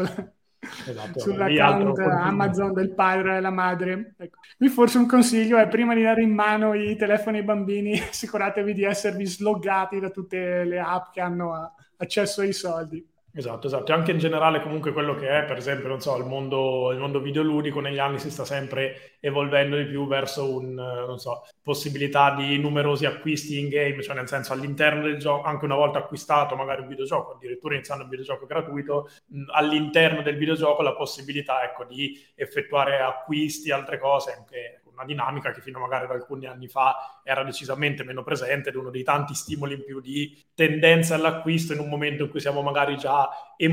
S1: sull'account Amazon del padre e della madre. Ecco. Qui forse un consiglio è, prima di dare in mano i telefoni ai bambini, assicuratevi di esservi sloggati da tutte le app che hanno accesso ai soldi.
S2: Esatto, e anche in generale comunque quello che è, per esempio, non so, il mondo videoludico negli anni si sta sempre evolvendo di più verso possibilità di numerosi acquisti in game, cioè nel senso all'interno del gioco, anche una volta acquistato magari un videogioco, addirittura iniziando un videogioco gratuito, all'interno del videogioco la possibilità, ecco, di effettuare acquisti, altre cose, anche una dinamica che fino a magari ad alcuni anni fa era decisamente meno presente, ed uno dei tanti stimoli in più di tendenza all'acquisto in un momento in cui siamo magari già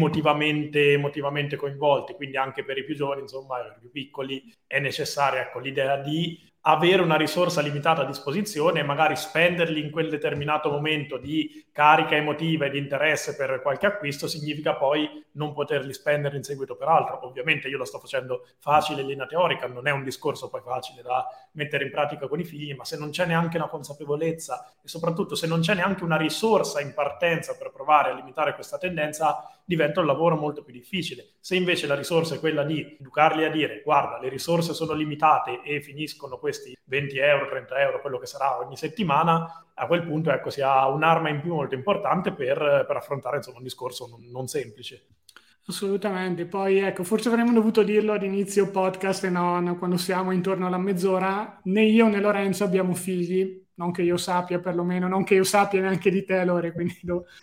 S2: emotivamente coinvolti, quindi anche per i più giovani, insomma, per i più piccoli, è necessaria, ecco, l'idea di avere una risorsa limitata a disposizione e magari spenderli in quel determinato momento di carica emotiva e di interesse per qualche acquisto significa poi non poterli spendere in seguito per altro. Ovviamente io lo sto facendo facile in linea teorica, non è un discorso poi facile da mettere in pratica con i figli, ma se non c'è neanche una consapevolezza e soprattutto se non c'è neanche una risorsa in partenza per provare a limitare questa tendenza, diventa un lavoro molto più difficile. Se invece la risorsa è quella di educarli a dire guarda, le risorse sono limitate e finiscono questi 20 euro, 30 euro, quello che sarà ogni settimana, a quel punto ecco si ha un'arma in più molto importante per affrontare insomma un discorso non semplice.
S1: Assolutamente, poi ecco, forse avremmo dovuto dirlo ad inizio podcast e non quando siamo intorno alla mezz'ora. Né io né Lorenzo abbiamo figli, non che io sappia perlomeno, non che io sappia neanche di te Lore, quindi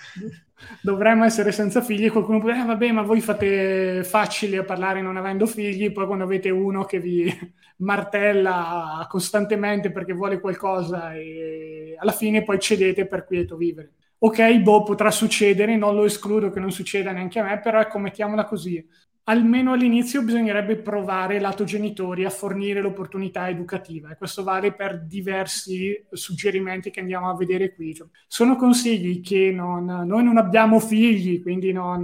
S1: dovremmo essere senza figli. E qualcuno può dire vabbè, ma voi fate facili a parlare non avendo figli, poi quando avete uno che vi martella costantemente perché vuole qualcosa e alla fine poi cedete per quieto vivere. Ok, potrà succedere, non lo escludo che non succeda neanche a me, però ecco, mettiamola così. Almeno all'inizio bisognerebbe provare lato genitori a fornire l'opportunità educativa, e questo vale per diversi suggerimenti che andiamo a vedere qui. Sono consigli che noi non abbiamo figli, quindi non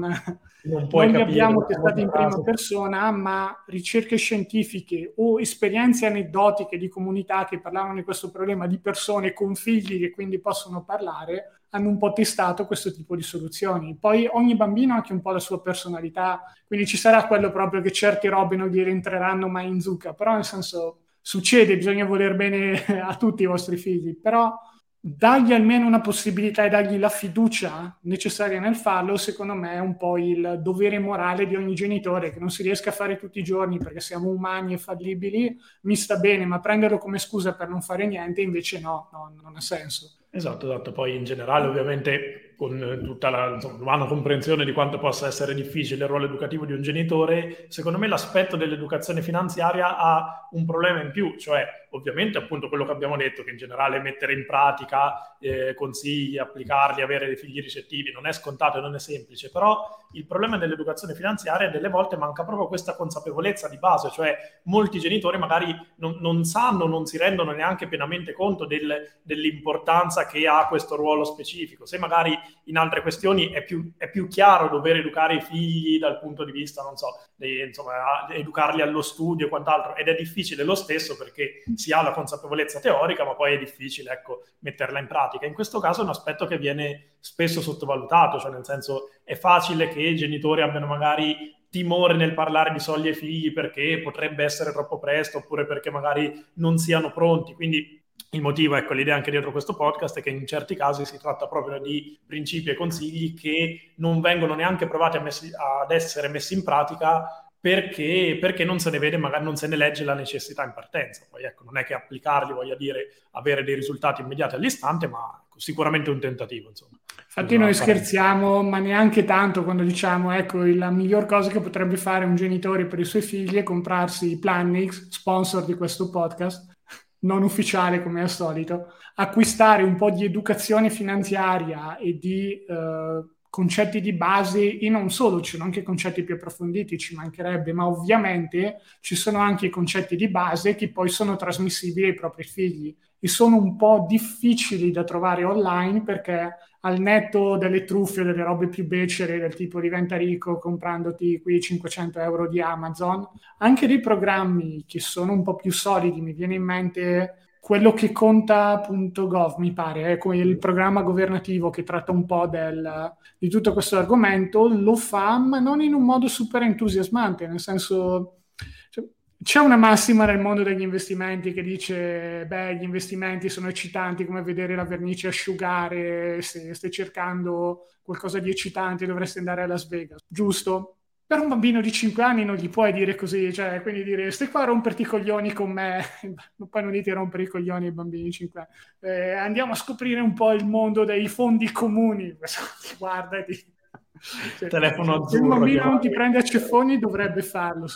S1: li abbiamo testati in prima persona, ma ricerche scientifiche o esperienze aneddotiche di comunità che parlavano di questo problema, di persone con figli che quindi possono parlare, hanno un po' testato questo tipo di soluzioni. Poi ogni bambino ha anche un po' la sua personalità, quindi ci sarà quello proprio che certe robe non gli rientreranno mai in zucca, però nel senso succede, bisogna voler bene a tutti i vostri figli, però dargli almeno una possibilità e dargli la fiducia necessaria nel farlo, secondo me è un po' il dovere morale di ogni genitore, che non si riesca a fare tutti i giorni perché siamo umani e fallibili, mi sta bene, ma prenderlo come scusa per non fare niente invece no, non ha senso.
S2: Esatto, poi in generale ovviamente con tutta l'umana comprensione di quanto possa essere difficile il ruolo educativo di un genitore, secondo me l'aspetto dell'educazione finanziaria ha un problema in più, cioè ovviamente appunto quello che abbiamo detto, che in generale mettere in pratica consigli, applicarli, avere dei figli ricettivi non è scontato e non è semplice, però il problema dell'educazione finanziaria delle volte manca proprio questa consapevolezza di base, cioè molti genitori magari non sanno, non si rendono neanche pienamente conto dell'importanza che ha questo ruolo specifico. Se magari in altre questioni è più chiaro dover educare i figli dal punto di vista, non so, insomma, educarli allo studio e quant'altro, ed è difficile lo stesso perché si ha la consapevolezza teorica, ma poi è difficile, ecco, metterla in pratica. In questo caso è un aspetto che viene spesso sottovalutato, cioè nel senso è facile che i genitori abbiano magari timore nel parlare di soldi ai figli perché potrebbe essere troppo presto oppure perché magari non siano pronti, quindi il motivo, ecco, l'idea anche dietro questo podcast è che in certi casi si tratta proprio di principi e consigli che non vengono neanche provati ad essere messi in pratica perché non se ne vede, magari non se ne legge la necessità in partenza. Poi ecco, non è che applicarli voglia dire avere dei risultati immediati all'istante, ma sicuramente un tentativo, insomma.
S1: Infatti noi scherziamo, ma neanche tanto quando diciamo, ecco, la miglior cosa che potrebbe fare un genitore per i suoi figli è comprarsi i Plannix, sponsor di questo podcast, non ufficiale come al solito, acquistare un po' di educazione finanziaria e di concetti di base, e non solo, ci sono anche concetti più approfonditi, ci mancherebbe, ma ovviamente ci sono anche i concetti di base che poi sono trasmissibili ai propri figli e sono un po' difficili da trovare online perché al netto delle truffe, delle robe più becere del tipo diventa ricco comprandoti qui 500 euro di Amazon, anche dei programmi che sono un po' più solidi, mi viene in mente quello che conta.gov, mi pare, è il programma governativo che tratta un po' di tutto questo argomento, lo fa, ma non in un modo super entusiasmante, nel senso, cioè, c'è una massima nel mondo degli investimenti che dice, beh, gli investimenti sono eccitanti come vedere la vernice asciugare, se stai cercando qualcosa di eccitante dovresti andare a Las Vegas, giusto? Per un bambino di 5 anni non gli puoi dire così, cioè, quindi dire stai qua a romperti i coglioni con me, poi non dite rompere i coglioni ai bambini di 5 anni, andiamo a scoprire un po' il mondo dei fondi comuni, guardati. Cioè,
S2: telefono azzurro.
S1: se un bambino non ti prende a ceffoni dovrebbe farlo,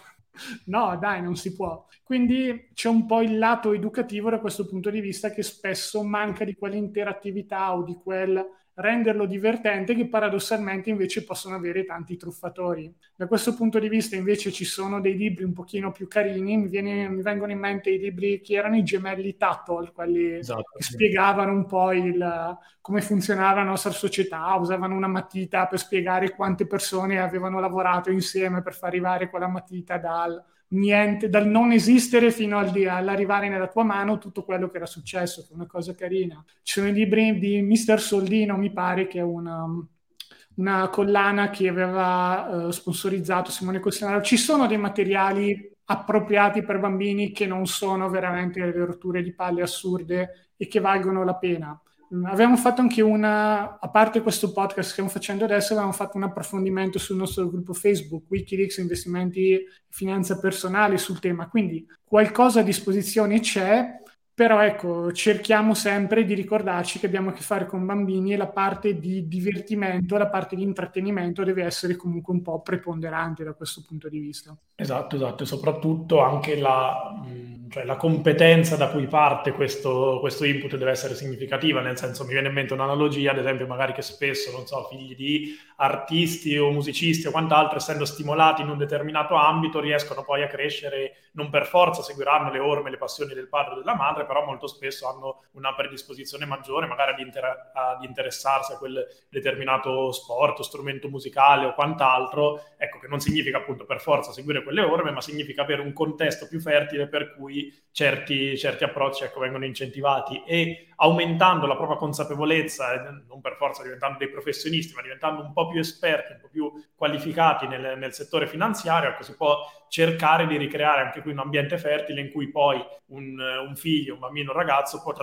S1: no, dai, non si può. Quindi c'è un po' il lato educativo da questo punto di vista che spesso manca di quell'interattività o di quel renderlo divertente che paradossalmente invece possono avere tanti truffatori. Da questo punto di vista invece ci sono dei libri un pochino più carini, mi vengono in mente i libri che erano i gemelli Tuttle, quelli che spiegavano un po' come funzionava la nostra società, usavano una matita per spiegare quante persone avevano lavorato insieme per far arrivare quella matita dal non esistere fino all'arrivare nella tua mano tutto quello che era successo, che è una cosa carina. Ci sono i libri di Mister Soldino, mi pare, che è una collana che aveva sponsorizzato Simone Costinaro. Ci sono dei materiali appropriati per bambini che non sono veramente le rotture di palle assurde e che valgono la pena. Avevamo fatto anche a parte questo podcast che stiamo facendo adesso, avevamo fatto un approfondimento sul nostro gruppo Facebook, Wikileaks, investimenti e finanza personale sul tema, quindi qualcosa a disposizione c'è, però ecco, cerchiamo sempre di ricordarci che abbiamo a che fare con bambini e la parte di divertimento, la parte di intrattenimento deve essere comunque un po' preponderante da questo punto di vista.
S2: Esatto, e soprattutto anche la competenza da cui parte questo input deve essere significativa, nel senso mi viene in mente un'analogia, ad esempio magari che spesso, non so, figli di artisti o musicisti o quant'altro, essendo stimolati in un determinato ambito, riescono poi a crescere, non per forza seguiranno le orme, le passioni del padre o della madre, però molto spesso hanno una predisposizione maggiore magari ad interessarsi a quel determinato sport, strumento musicale o quant'altro, ecco, che non significa appunto per forza seguire quelle orme, ma significa avere un contesto più fertile per cui certi approcci, ecco, vengono incentivati, e aumentando la propria consapevolezza, non per forza diventando dei professionisti, ma diventando un po' più esperti, un po' più qualificati nel settore finanziario, ecco, si può cercare di ricreare anche qui un ambiente fertile in cui poi un figlio, un bambino, un ragazzo potrà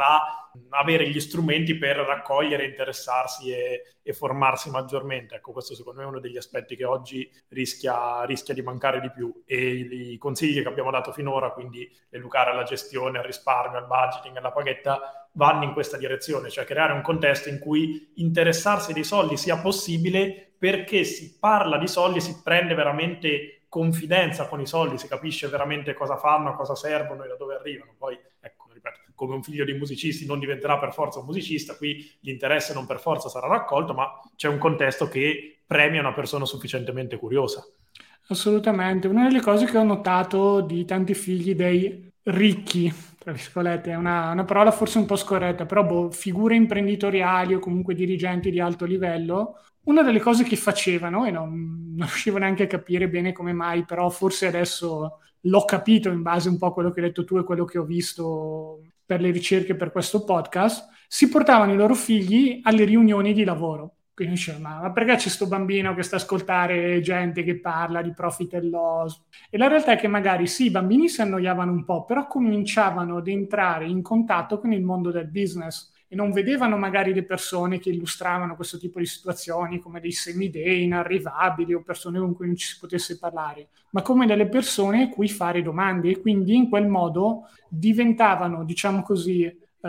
S2: avere gli strumenti per raccogliere, interessarsi e formarsi maggiormente. Ecco, questo secondo me è uno degli aspetti che oggi rischia di mancare di più, e i consigli che abbiamo dato finora, quindi educare alla gestione, al risparmio, al budgeting, alla paghetta, vanno in questa direzione, cioè creare un contesto in cui interessarsi dei soldi sia possibile, perché si parla di soldi e si prende veramente confidenza con i soldi, si capisce veramente cosa fanno, a cosa servono e da dove arrivano. Poi, ecco, ripeto, come un figlio di musicisti non diventerà per forza un musicista, qui l'interesse non per forza sarà raccolto, ma c'è un contesto che premia una persona sufficientemente curiosa.
S1: Assolutamente. Una delle cose che ho notato di tanti figli dei ricchi, tra virgolette, è una parola forse un po' scorretta, però figure imprenditoriali o comunque dirigenti di alto livello, una delle cose che facevano, e non riuscivo neanche a capire bene come mai, però forse adesso l'ho capito in base un po' a quello che hai detto tu e quello che ho visto per le ricerche per questo podcast, si portavano i loro figli alle riunioni di lavoro. Quindi dice, ma perché c'è sto bambino che sta a ascoltare gente che parla di profit and loss? E la realtà è che magari sì, i bambini si annoiavano un po', però cominciavano ad entrare in contatto con il mondo del business e non vedevano magari le persone che illustravano questo tipo di situazioni come dei semidei inarrivabili o persone con cui non ci si potesse parlare, ma come delle persone a cui fare domande, e quindi in quel modo diventavano, diciamo così,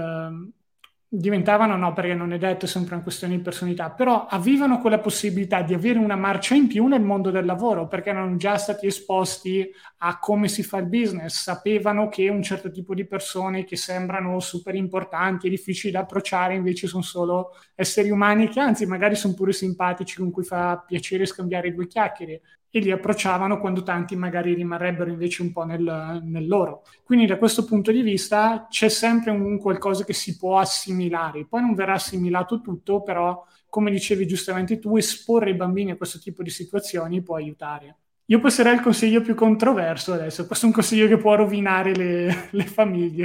S1: diventavano no, perché non è detto, è sempre una questione di personalità, però avevano quella possibilità di avere una marcia in più nel mondo del lavoro, perché erano già stati esposti a come si fa il business, sapevano che un certo tipo di persone che sembrano super importanti e difficili da approcciare invece sono solo esseri umani che anzi magari sono pure simpatici, con cui fa piacere scambiare due chiacchiere, e li approcciavano quando tanti magari rimarrebbero invece un po' nel loro. Quindi da questo punto di vista c'è sempre un qualcosa che si può assimilare, poi non verrà assimilato tutto, però come dicevi giustamente tu, esporre i bambini a questo tipo di situazioni può aiutare. Io passerei al consiglio più controverso adesso, questo è un consiglio che può rovinare le famiglie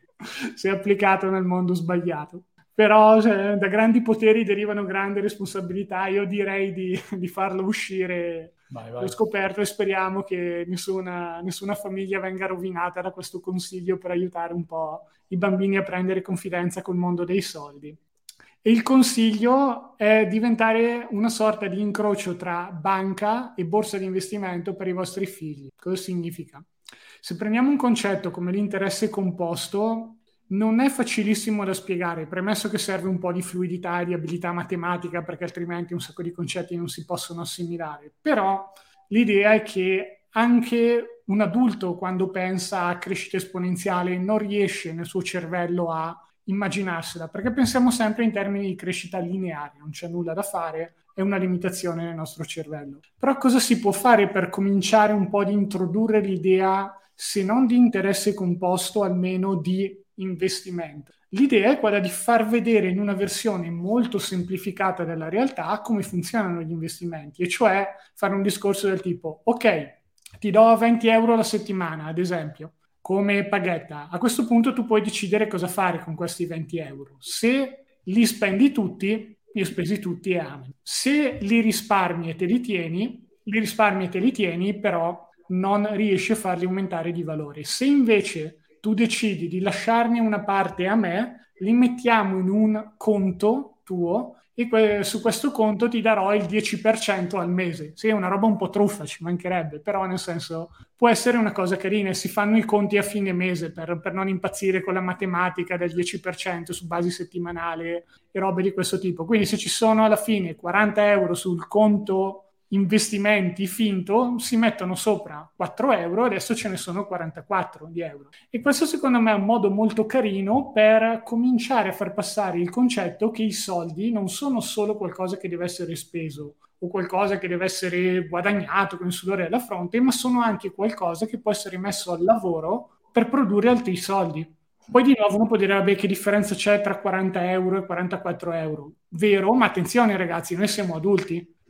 S1: se applicato nel mondo sbagliato. Però cioè, da grandi poteri derivano grandi responsabilità, io direi di farlo uscire.
S2: Vai.
S1: L'ho scoperto e speriamo che nessuna famiglia venga rovinata da questo consiglio per aiutare un po' i bambini a prendere confidenza col mondo dei soldi. E il consiglio è diventare una sorta di incrocio tra banca e borsa di investimento per i vostri figli. Cosa significa? Se prendiamo un concetto come l'interesse composto, non è facilissimo da spiegare, premesso che serve un po' di fluidità e di abilità matematica, perché altrimenti un sacco di concetti non si possono assimilare. Però l'idea è che anche un adulto, quando pensa a crescita esponenziale, non riesce nel suo cervello a immaginarsela, perché pensiamo sempre in termini di crescita lineare, non c'è nulla da fare, è una limitazione nel nostro cervello. Però cosa si può fare per cominciare un po' ad introdurre l'idea, se non di interesse composto, almeno di investimento? L'idea è quella di far vedere in una versione molto semplificata della realtà come funzionano gli investimenti, e cioè fare un discorso del tipo, ok, ti do 20 euro alla settimana, ad esempio, come paghetta. A questo punto tu puoi decidere cosa fare con questi 20 euro. Se li spendi tutti, li ho spesi tutti e amen. Se li risparmi e te li tieni, però non riesci a farli aumentare di valore. Se invece tu decidi di lasciarne una parte a me, li mettiamo in un conto tuo e su questo conto ti darò il 10% al mese. Sì, è una roba un po' truffa, ci mancherebbe, però nel senso può essere una cosa carina e si fanno i conti a fine mese per non impazzire con la matematica del 10% su base settimanale e robe di questo tipo. Quindi se ci sono alla fine 40 euro sul conto investimenti finto, si mettono sopra 4 euro, adesso ce ne sono 44 di euro. E questo secondo me è un modo molto carino per cominciare a far passare il concetto che i soldi non sono solo qualcosa che deve essere speso o qualcosa che deve essere guadagnato con il sudore della fronte, ma sono anche qualcosa che può essere messo al lavoro per produrre altri soldi. Poi di nuovo uno può dire, vabbè, che differenza c'è tra 40 euro e 44 euro? Vero, ma attenzione ragazzi, noi siamo adulti.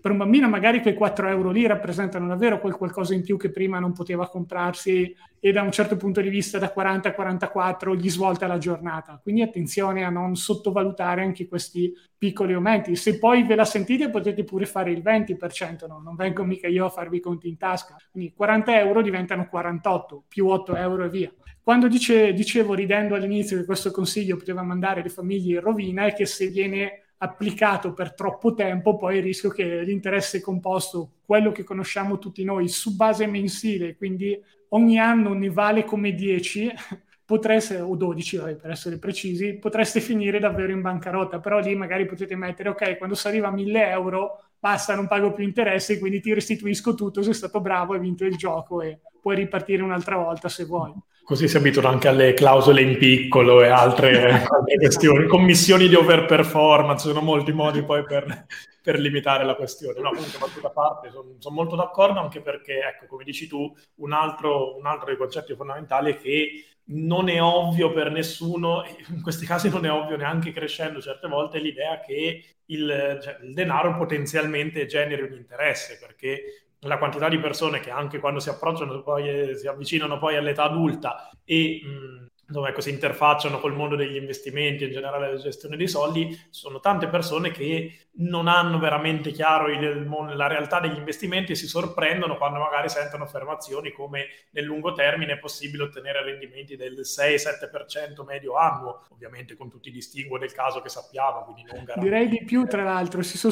S1: per un bambino magari quei 4 euro lì rappresentano davvero quel qualcosa in più che prima non poteva comprarsi, e da un certo punto di vista da 40 a 44 gli svolta la giornata. Quindi attenzione a non sottovalutare anche questi piccoli aumenti. Se poi ve la sentite potete pure fare il 20%, no? Non vengo mica io a farvi i conti in tasca. Quindi 40 euro diventano 48, più 8 euro e via. Quando dicevo ridendo all'inizio che questo consiglio poteva mandare le famiglie in rovina, è che se viene applicato per troppo tempo, poi il rischio che l'interesse composto, quello che conosciamo tutti noi, su base mensile, quindi ogni anno ne vale come 10, potreste, o 12 per essere precisi, potreste finire davvero in bancarotta. Però lì magari potete mettere, ok, quando si arriva a 1.000 euro, basta, non pago più interessi, quindi ti restituisco tutto, sei stato bravo, hai vinto il gioco e puoi ripartire un'altra volta se vuoi.
S2: Così si abituano anche alle clausole in piccolo e altre questioni, commissioni di overperformance, sono molti modi poi per limitare la questione. No, comunque, battuta a parte, sono molto d'accordo, anche perché, ecco, come dici tu, un altro dei concetti fondamentali è che non è ovvio per nessuno, in questi casi non è ovvio neanche crescendo certe volte, l'idea che il denaro potenzialmente generi un interesse, perché la quantità di persone che anche quando si approcciano poi si avvicinano poi all'età adulta e dove si interfacciano col mondo degli investimenti, in generale la gestione dei soldi, sono tante persone che non hanno veramente chiaro la realtà degli investimenti e si sorprendono quando magari sentono affermazioni come nel lungo termine è possibile ottenere rendimenti del 6-7% medio annuo, ovviamente con tutti i distinguo del caso che sappiamo, quindi non garantiti.
S1: Direi di più, tra l'altro, si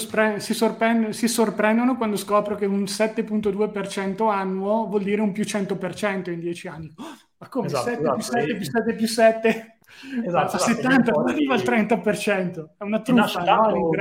S1: sorprendono quando scopro che un 7,2% annuo vuol dire un più 100% in 10 anni. Ma come?
S2: Esatto,
S1: 7 più 7 più 7 più 7
S2: esatto,
S1: fa 70, come arriva al 30%? È una truffa, no?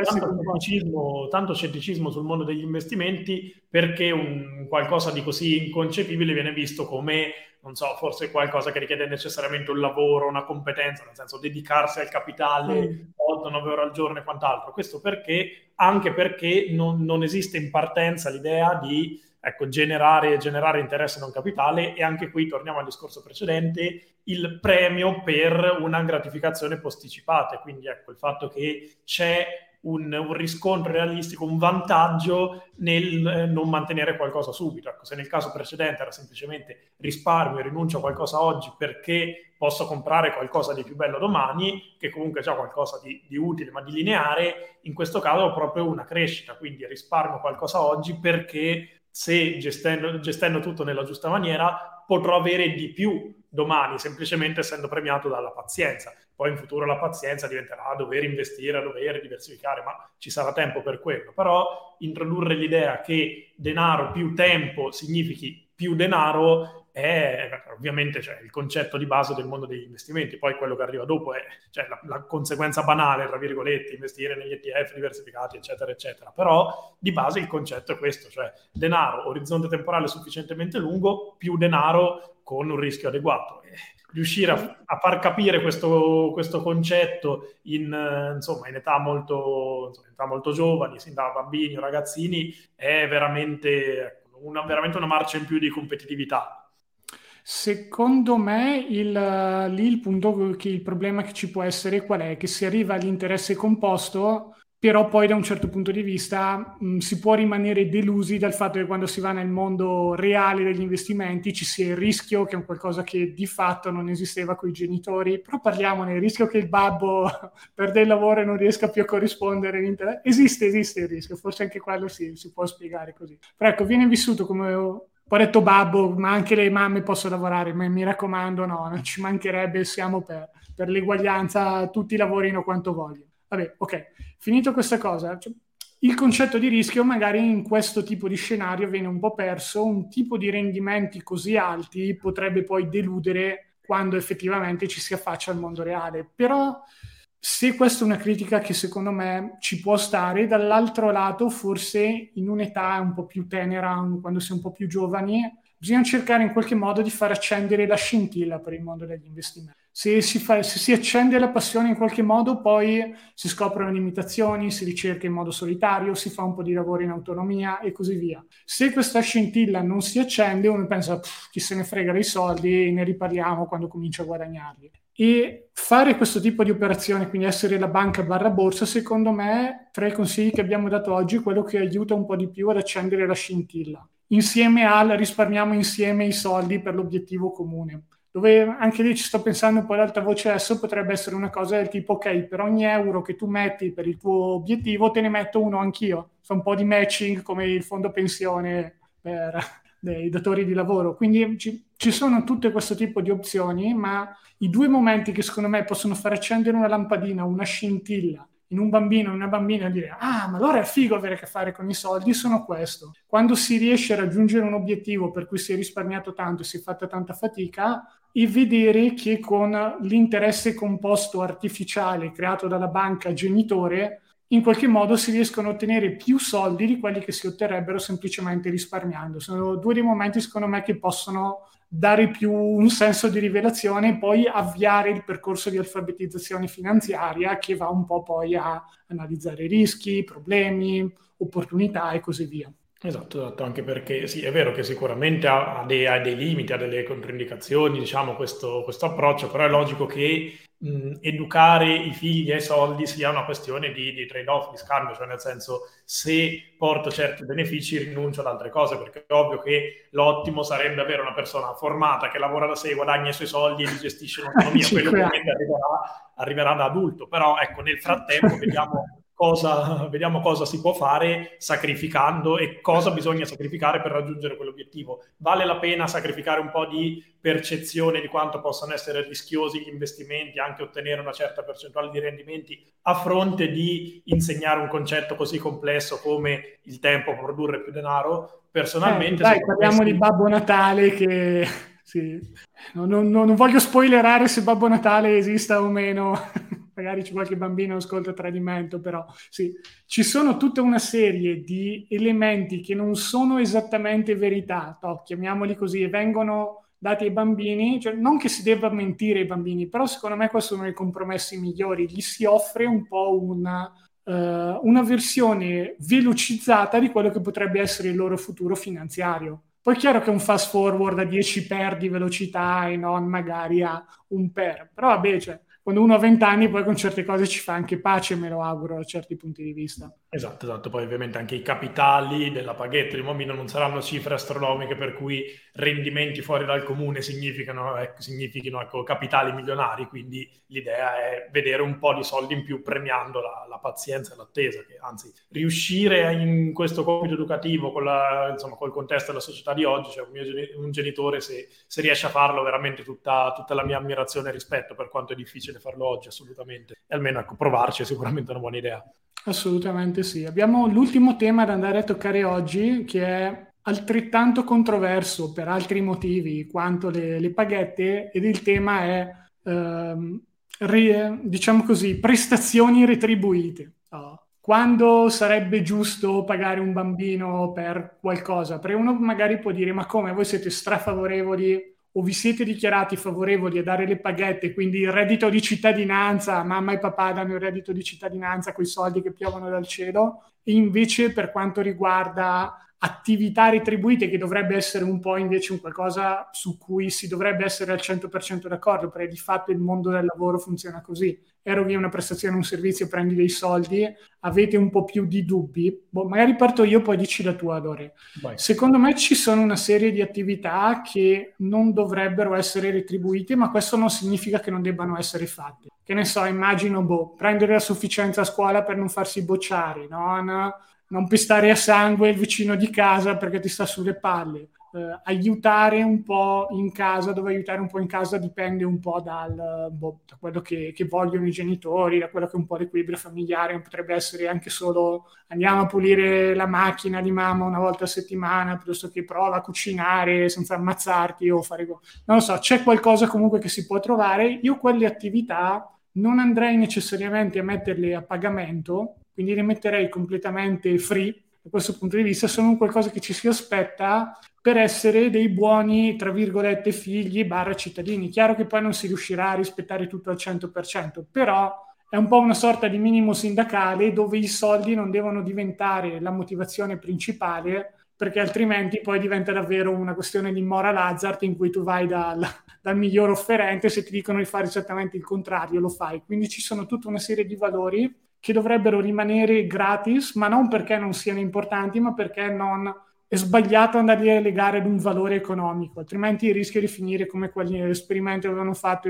S2: Tanto scetticismo sul mondo degli investimenti, perché un qualcosa di così inconcepibile viene visto come, non so, forse qualcosa che richiede necessariamente un lavoro, una competenza, nel senso dedicarsi al capitale 8-9 ore al giorno e quant'altro. Questo anche perché non esiste in partenza l'idea di generare interesse non capitale, e anche qui torniamo al discorso precedente, il premio per una gratificazione posticipata. Quindi ecco, il fatto che c'è un riscontro realistico, un vantaggio nel non mantenere qualcosa subito. Ecco, se nel caso precedente era semplicemente risparmio e rinuncio a qualcosa oggi perché posso comprare qualcosa di più bello domani, che comunque è già qualcosa di utile ma di lineare, in questo caso ho proprio una crescita, quindi risparmio qualcosa oggi perché se gestendo tutto nella giusta maniera potrò avere di più domani, semplicemente essendo premiato dalla pazienza. Poi in futuro la pazienza diventerà a dover investire, a dover diversificare, ma ci sarà tempo per quello. Però introdurre l'idea che denaro più tempo significhi più denaro è ovviamente il concetto di base del mondo degli investimenti. Poi quello che arriva dopo è la conseguenza banale, tra virgolette, investire negli ETF diversificati, eccetera, eccetera. Però di base il concetto è questo, cioè denaro, orizzonte temporale sufficientemente lungo, più denaro con un rischio adeguato. Riuscire a far capire questo concetto in età molto giovani, sin da bambini o ragazzini, è veramente una marcia in più di competitività.
S1: Secondo me lì il punto, che il problema che ci può essere qual è? Che si arriva all'interesse composto, però poi da un certo punto di vista si può rimanere delusi dal fatto che quando si va nel mondo reale degli investimenti ci sia il rischio, che è un qualcosa che di fatto non esisteva con i genitori. Però parliamone, il rischio che il babbo perde il lavoro e non riesca più a corrispondere. Esiste il rischio, forse anche quello si può spiegare così. Però ecco, viene vissuto come... Ho detto babbo, ma anche le mamme possono lavorare, ma mi raccomando, no, non ci mancherebbe, siamo per l'eguaglianza, tutti lavorino quanto vogliono. Vabbè, ok, finito questa cosa, il concetto di rischio magari in questo tipo di scenario viene un po' perso. Un tipo di rendimenti così alti potrebbe poi deludere quando effettivamente ci si affaccia al mondo reale. Però se questa è una critica che secondo me ci può stare, dall'altro lato forse in un'età un po' più tenera, quando si è un po' più giovani, bisogna cercare in qualche modo di far accendere la scintilla per il mondo degli investimenti. Se si accende la passione in qualche modo, poi si scoprono limitazioni, si ricerca in modo solitario, si fa un po' di lavoro in autonomia e così via. Se questa scintilla non si accende, uno pensa, chi se ne frega dei soldi, ne riparliamo quando comincio a guadagnarli. E fare questo tipo di operazione, quindi essere la banca barra borsa, secondo me, tra i consigli che abbiamo dato oggi, è quello che aiuta un po' di più ad accendere la scintilla. Insieme al risparmiamo insieme i soldi per l'obiettivo comune. Dove anche lì ci sto pensando un po' ad alta voce adesso, potrebbe essere una cosa del tipo, ok, per ogni euro che tu metti per il tuo obiettivo, te ne metto uno anch'io. Fa un po' di matching come il fondo pensione per dei datori di lavoro. Quindi ci sono tutte questo tipo di opzioni, ma i due momenti che secondo me possono far accendere una lampadina, una scintilla in un bambino o una bambina e dire ah, ma allora è figo avere a che fare con i soldi, sono questo. Quando si riesce a raggiungere un obiettivo per cui si è risparmiato tanto e si è fatta tanta fatica, e vedere che con l'interesse composto artificiale creato dalla banca genitore in qualche modo si riescono a ottenere più soldi di quelli che si otterrebbero semplicemente risparmiando. Sono due dei momenti, secondo me, che possono dare più un senso di rivelazione e poi avviare il percorso di alfabetizzazione finanziaria che va un po' poi a analizzare rischi, problemi, opportunità e così via.
S2: Esatto, anche perché sì, è vero che sicuramente ha dei limiti, ha delle controindicazioni, diciamo, questo approccio, però è logico che educare i figli ai soldi sia una questione di trade-off, di scambio, cioè nel senso se porto certi benefici rinuncio ad altre cose, perché è ovvio che l'ottimo sarebbe avere una persona formata che lavora da sé, guadagna i suoi soldi e li gestisce in autonomia, quello ovviamente arriverà da adulto, però ecco, nel frattempo vediamo cosa si può fare sacrificando e cosa bisogna sacrificare per raggiungere quell'obiettivo. Vale la pena sacrificare un po' di percezione di quanto possano essere rischiosi gli investimenti, anche ottenere una certa percentuale di rendimenti, a fronte di insegnare un concetto così complesso come il tempo può produrre più denaro? Personalmente...
S1: dai, parliamo di Babbo Natale che... Sì. Non voglio spoilerare se Babbo Natale esista o meno, magari c'è qualche bambino che ascolta Tradimento, però sì, ci sono tutta una serie di elementi che non sono esattamente verità, chiamiamoli così, e vengono dati ai bambini, cioè non che si debba mentire ai bambini, però secondo me questo sono i compromessi migliori, gli si offre un po' una versione velocizzata di quello che potrebbe essere il loro futuro finanziario. Poi è chiaro che un fast forward a 10 per di velocità e non magari a un per, però vabbè, cioè, quando uno ha 20 anni poi con certe cose ci fa anche pace, me lo auguro, da certi punti di vista.
S2: Esatto, poi ovviamente anche i capitali della paghetta di bambino non saranno cifre astronomiche per cui rendimenti fuori dal comune significhino capitali milionari, quindi l'idea è vedere un po' di soldi in più premiando la pazienza e l'attesa, che anzi riuscire in questo compito educativo col contesto della società di oggi, cioè un genitore se riesce a farlo veramente tutta la mia ammirazione e rispetto, per quanto è difficile farlo oggi assolutamente, e almeno provarci è sicuramente una buona idea.
S1: Assolutamente sì. Abbiamo l'ultimo tema da andare a toccare oggi, che è altrettanto controverso per altri motivi quanto le paghette, ed il tema è, diciamo così, prestazioni retribuite. Quando sarebbe giusto pagare un bambino per qualcosa? Perché uno magari può dire, ma come, voi siete strafavorevoli o vi siete dichiarati favorevoli a dare le paghette, quindi il reddito di cittadinanza, mamma e papà danno il reddito di cittadinanza con i soldi che piovono dal cielo, e invece per quanto riguarda attività retribuite, che dovrebbe essere un po' invece un qualcosa su cui si dovrebbe essere al 100% d'accordo, perché di fatto il mondo del lavoro funziona così. Eroghi una prestazione, un servizio, prendi dei soldi, avete un po' più di dubbi. Magari parto io, poi dici la tua, Adore.
S2: Vai.
S1: Secondo me ci sono una serie di attività che non dovrebbero essere retribuite, ma questo non significa che non debbano essere fatte. Che ne so, immagino, prendere la sufficienza a scuola per non farsi bocciare, non pestare a sangue il vicino di casa perché ti sta sulle palle. Aiutare un po' in casa, dove aiutare un po' in casa dipende un po' da quello che vogliono i genitori, da quello che è un po' l'equilibrio familiare. Potrebbe essere anche solo andiamo a pulire la macchina di mamma una volta a settimana, piuttosto che prova a cucinare senza ammazzarti o fare... Non lo so, c'è qualcosa comunque che si può trovare. Io quelle attività non andrei necessariamente a metterle a pagamento, quindi le metterei completamente free, da questo punto di vista, sono qualcosa che ci si aspetta per essere dei buoni, tra virgolette, figli / cittadini. Chiaro che poi non si riuscirà a rispettare tutto al 100%, però è un po' una sorta di minimo sindacale dove i soldi non devono diventare la motivazione principale, perché altrimenti poi diventa davvero una questione di moral hazard in cui tu vai dal miglior offerente, se ti dicono di fare esattamente il contrario lo fai. Quindi ci sono tutta una serie di valori che dovrebbero rimanere gratis, ma non perché non siano importanti, ma perché non è sbagliato andarli a legare ad un valore economico, altrimenti rischia di finire come quegli esperimenti che avevano fatto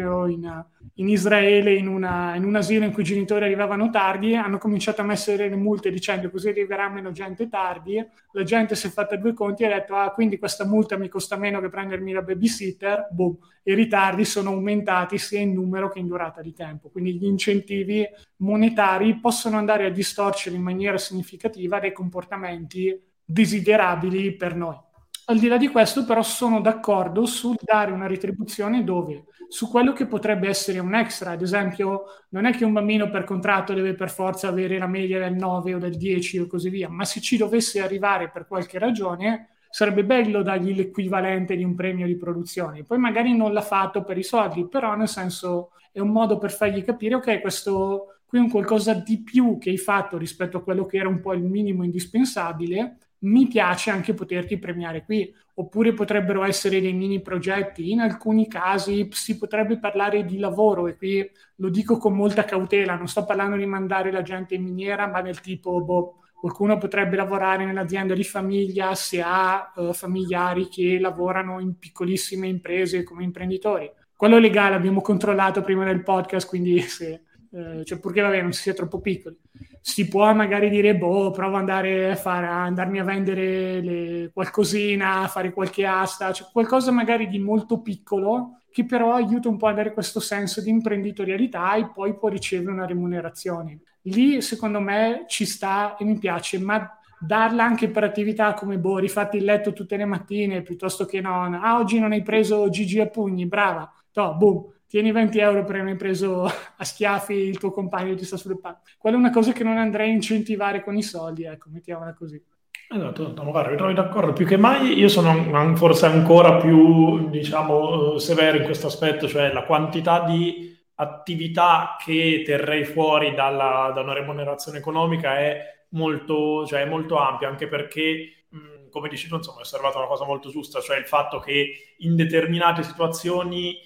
S1: in Israele, in un asilo in cui i genitori arrivavano tardi, hanno cominciato a mettere le multe dicendo così arriverà meno gente tardi, la gente si è fatta due conti e ha detto quindi questa multa mi costa meno che prendermi la babysitter, boom, i ritardi sono aumentati sia in numero che in durata di tempo, quindi gli incentivi monetari possono andare a distorcere in maniera significativa dei comportamenti desiderabili per noi. Al di là di questo, però, sono d'accordo sul dare una retribuzione dove su quello che potrebbe essere un extra, ad esempio, non è che un bambino per contratto deve per forza avere la media del 9 o del 10 o così via, ma se ci dovesse arrivare per qualche ragione, sarebbe bello dargli l'equivalente di un premio di produzione. Poi magari non l'ha fatto per i soldi, però nel senso è un modo per fargli capire, ok, questo qui è un qualcosa di più che hai fatto rispetto a quello che era un po' il minimo indispensabile, mi piace anche poterti premiare qui. Oppure potrebbero essere dei mini progetti, in alcuni casi si potrebbe parlare di lavoro e qui lo dico con molta cautela, non sto parlando di mandare la gente in miniera, ma del tipo, qualcuno potrebbe lavorare nell'azienda di famiglia se ha familiari che lavorano in piccolissime imprese come imprenditori. Quello legale abbiamo controllato prima del podcast, quindi se cioè purché vabbè non si sia troppo piccoli, si può magari dire provo ad andarmi a vendere qualcosina, a fare qualche asta, cioè qualcosa magari di molto piccolo che però aiuta un po' a dare questo senso di imprenditorialità e poi può ricevere una remunerazione. Lì secondo me ci sta e mi piace, ma darla anche per attività come rifatti il letto tutte le mattine piuttosto che non, oggi non hai preso Gigi a pugni, brava, boom, tieni 20 euro per aver preso a schiaffi il tuo compagno che ti sta sulle palle. Quella è una cosa che non andrei a incentivare con i soldi, ecco, mettiamola così.
S2: Esatto, guarda, mi trovi d'accordo. Più che mai io sono forse ancora più, diciamo, severo in questo aspetto, cioè la quantità di attività che terrei fuori da una remunerazione economica è molto, cioè, è molto ampia, anche perché, come dici tu, insomma, hai osservato una cosa molto giusta, cioè il fatto che in determinate situazioni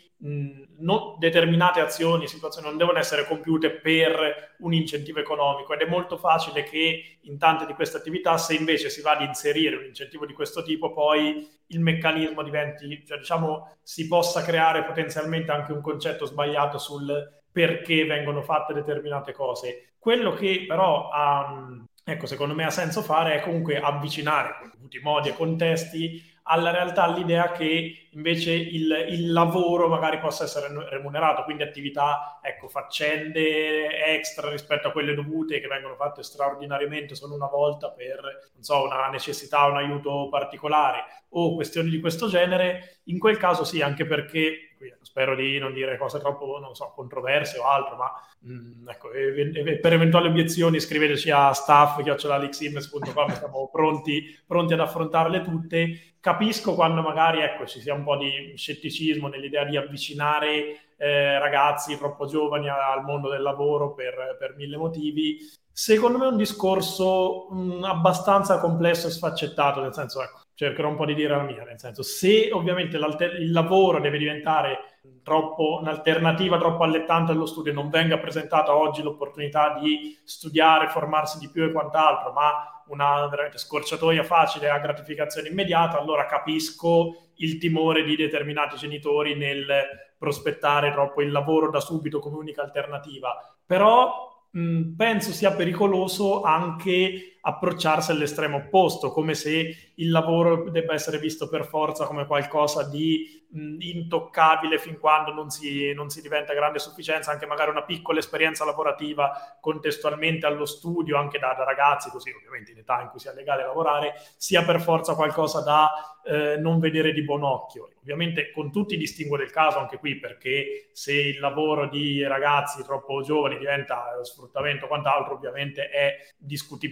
S2: determinate azioni, situazioni non devono essere compiute per un incentivo economico ed è molto facile che in tante di queste attività, se invece si va ad inserire un incentivo di questo tipo, poi il meccanismo diventi, cioè diciamo, si possa creare potenzialmente anche un concetto sbagliato sul perché vengono fatte determinate cose. Quello che però ecco, secondo me ha senso fare è comunque avvicinare in tutti i modi e contesti alla realtà l'idea che invece il lavoro magari possa essere remunerato, quindi attività, ecco, faccende extra rispetto a quelle dovute che vengono fatte straordinariamente solo una volta per, non so, una necessità, un aiuto particolare o questioni di questo genere. In quel caso sì, anche perché, spero di non dire cose troppo, non so, controverse o altro, ma ecco, per eventuali obiezioni scriveteci a staff@aliximmes.com, siamo pronti ad affrontarle tutte. Capisco quando magari, ecco, ci sia un po' di scetticismo nell'idea di avvicinare ragazzi troppo giovani al mondo del lavoro per mille motivi. Secondo me è un discorso abbastanza complesso e sfaccettato, nel senso, ecco, cercherò un po' di dire la mia, nel senso, se ovviamente il lavoro deve diventare un'alternativa troppo allettante allo studio, non venga presentata oggi l'opportunità di studiare, formarsi di più e quant'altro, ma una veramente scorciatoia facile a gratificazione immediata, allora capisco il timore di determinati genitori nel prospettare troppo il lavoro da subito come unica alternativa. Però penso sia pericoloso anche approcciarsi all'estremo opposto, come se il lavoro debba essere visto per forza come qualcosa di intoccabile fin quando non si diventa grande sufficienza, anche magari una piccola esperienza lavorativa contestualmente allo studio, anche da ragazzi, così ovviamente in età in cui sia legale lavorare, sia per forza qualcosa da non vedere di buon occhio. Ovviamente con tutti i distinguo del caso anche qui, perché se il lavoro di ragazzi troppo giovani diventa sfruttamento o quant'altro, ovviamente è discutibilissimo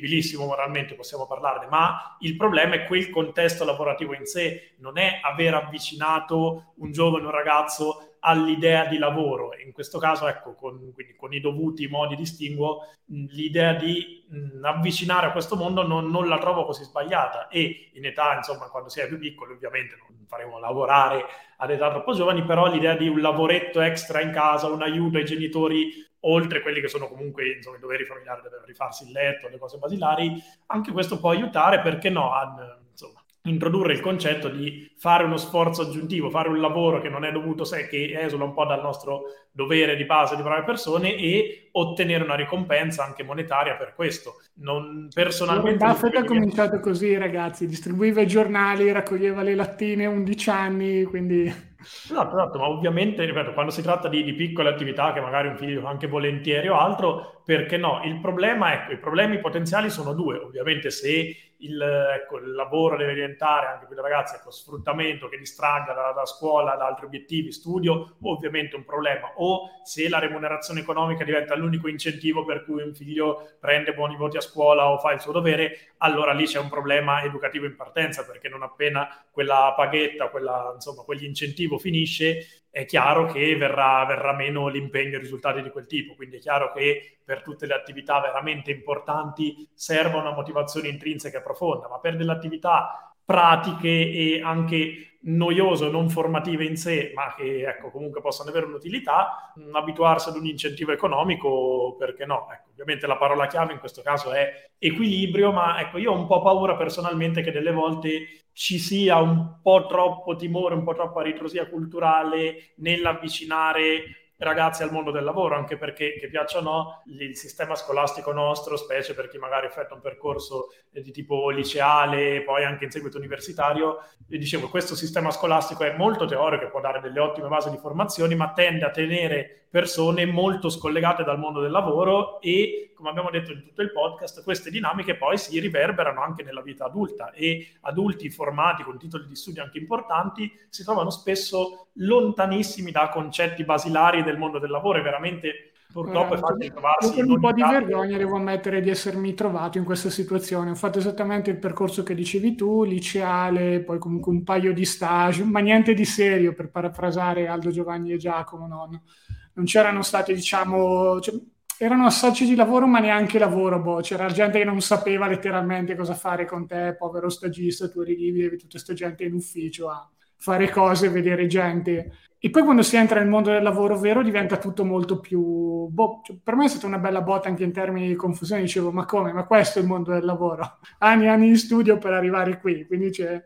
S2: benissimo moralmente, possiamo parlarne, ma il problema è quel contesto lavorativo in sé, non è aver avvicinato un giovane, un ragazzo all'idea di lavoro. In questo caso, ecco, quindi con i dovuti modi distinguo, l'idea di avvicinare a questo mondo non la trovo così sbagliata, e in età, insomma, quando si è più piccoli, ovviamente non faremo lavorare ad età troppo giovani, però l'idea di un lavoretto extra in casa, un aiuto ai genitori, oltre quelli che sono comunque, insomma, i doveri familiari, deve rifarsi il letto, le cose basilari, anche questo può aiutare, perché no, insomma, introdurre il concetto di fare uno sforzo aggiuntivo, fare un lavoro che non è dovuto sé, che esula un po' dal nostro dovere di base di brave persone, e ottenere una ricompensa anche monetaria per questo. Non personalmente.
S1: Warren Buffett ha cominciato così, ragazzi, distribuiva i giornali, raccoglieva le lattine a 11 anni, quindi...
S2: Esatto, ma ovviamente, ripeto, quando si tratta di piccole attività che magari un figlio fa anche volentieri o altro, perché no? Il problema, ecco, i problemi potenziali sono due. Ovviamente se il lavoro deve diventare anche per i ragazzi, ecco, sfruttamento che distragga da scuola, da altri obiettivi, studio, ovviamente un problema. O se la remunerazione economica diventa l'unico incentivo per cui un figlio prende buoni voti a scuola o fa il suo dovere, allora lì c'è un problema educativo in partenza, perché non appena quella paghetta, insomma, quell'incentivo finisce, è chiaro che verrà meno l'impegno e i risultati di quel tipo. Quindi è chiaro che per tutte le attività veramente importanti serve una motivazione intrinseca e profonda, ma per delle attività pratiche e anche noiose o non formative in sé, ma che, ecco, comunque possono avere un'utilità, abituarsi ad un incentivo economico, perché no? Ecco, ovviamente la parola chiave in questo caso è equilibrio, ma ecco, io ho un po' paura personalmente che delle volte ci sia un po' troppo timore, un po' troppa ritrosia culturale nell'avvicinare ragazzi al mondo del lavoro, anche perché, che piaccia o no, il sistema scolastico nostro, specie per chi magari effettua un percorso di tipo liceale, poi anche in seguito universitario, dicevo, questo sistema scolastico è molto teorico, può dare delle ottime basi di formazione, ma tende a tenere persone molto scollegate dal mondo del lavoro, e, come abbiamo detto in tutto il podcast, queste dinamiche poi si riverberano anche nella vita adulta, e adulti formati con titoli di studio anche importanti si trovano spesso lontanissimi da concetti basilari del mondo del lavoro, e veramente purtroppo è facile trovarsi.
S1: Io con un po' di vergogna devo ammettere di essermi trovato in questa situazione. Ho fatto esattamente il percorso che dicevi tu, liceale, poi comunque un paio di stage, ma niente di serio, per parafrasare Aldo, Giovanni e Giacomo. No? Non c'erano stati, diciamo, erano assaggi di lavoro, ma neanche lavoro. C'era gente che non sapeva letteralmente cosa fare con te, povero stagista, tu eri lì, vedevi tutta questa gente in ufficio a fare cose, vedere gente. E poi quando si entra nel mondo del lavoro vero diventa tutto molto più... per me è stata una bella botta anche in termini di confusione. Dicevo, ma come? Ma questo è il mondo del lavoro? Anni e anni di studio per arrivare qui. Quindi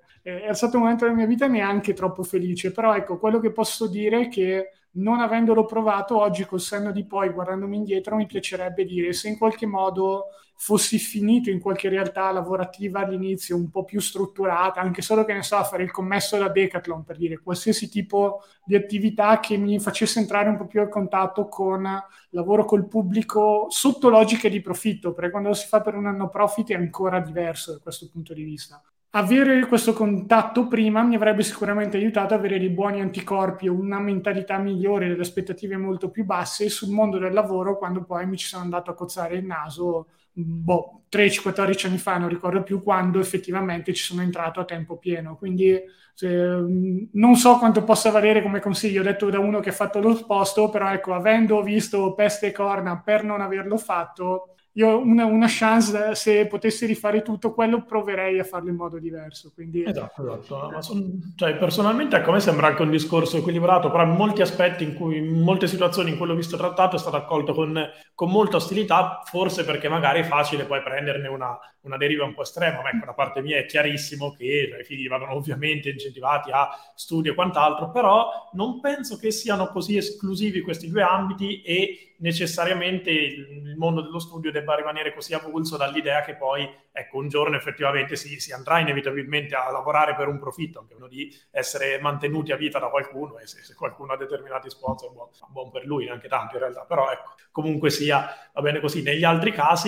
S1: è stato un momento della mia vita neanche troppo felice. Però ecco, quello che posso dire è che non avendolo provato, oggi col senno di poi, guardandomi indietro, mi piacerebbe dire se in qualche modo fossi finito in qualche realtà lavorativa all'inizio un po' più strutturata, anche solo, che ne so, fare il commesso da Decathlon, per dire, qualsiasi tipo di attività che mi facesse entrare un po' più a contatto con lavoro col pubblico sotto logiche di profitto, perché quando lo si fa per un non profit è ancora diverso da questo punto di vista. Avere questo contatto prima mi avrebbe sicuramente aiutato ad avere dei buoni anticorpi o una mentalità migliore, delle aspettative molto più basse sul mondo del lavoro, quando poi mi ci sono andato a cozzare il naso 13-14 anni fa, non ricordo più, quando effettivamente ci sono entrato a tempo pieno. Quindi non so quanto possa valere come consiglio, detto da uno che ha fatto lo sposto, però ecco, avendo visto peste e corna per non averlo fatto, io una chance, se potessi rifare tutto quello, proverei a farlo in modo diverso. Quindi...
S2: Esatto. Ma personalmente, ecco, a me sembra anche un discorso equilibrato, però in molti aspetti, in molte situazioni in cui l'ho visto trattato, è stato accolto con molta ostilità, forse perché magari è facile poi prenderne una deriva un po' estrema. Ma ecco, da parte mia è chiarissimo che i figli vadano ovviamente incentivati a studio e quant'altro, però non penso che siano così esclusivi questi due ambiti, e necessariamente il mondo dello studio debba rimanere così avulso dall'idea che poi, ecco, un giorno effettivamente si andrà inevitabilmente a lavorare per un profitto, anche uno di essere mantenuti a vita da qualcuno, e se qualcuno ha determinati sponsor, buon per lui, neanche tanto in realtà, però ecco, comunque sia, va bene così. Negli altri casi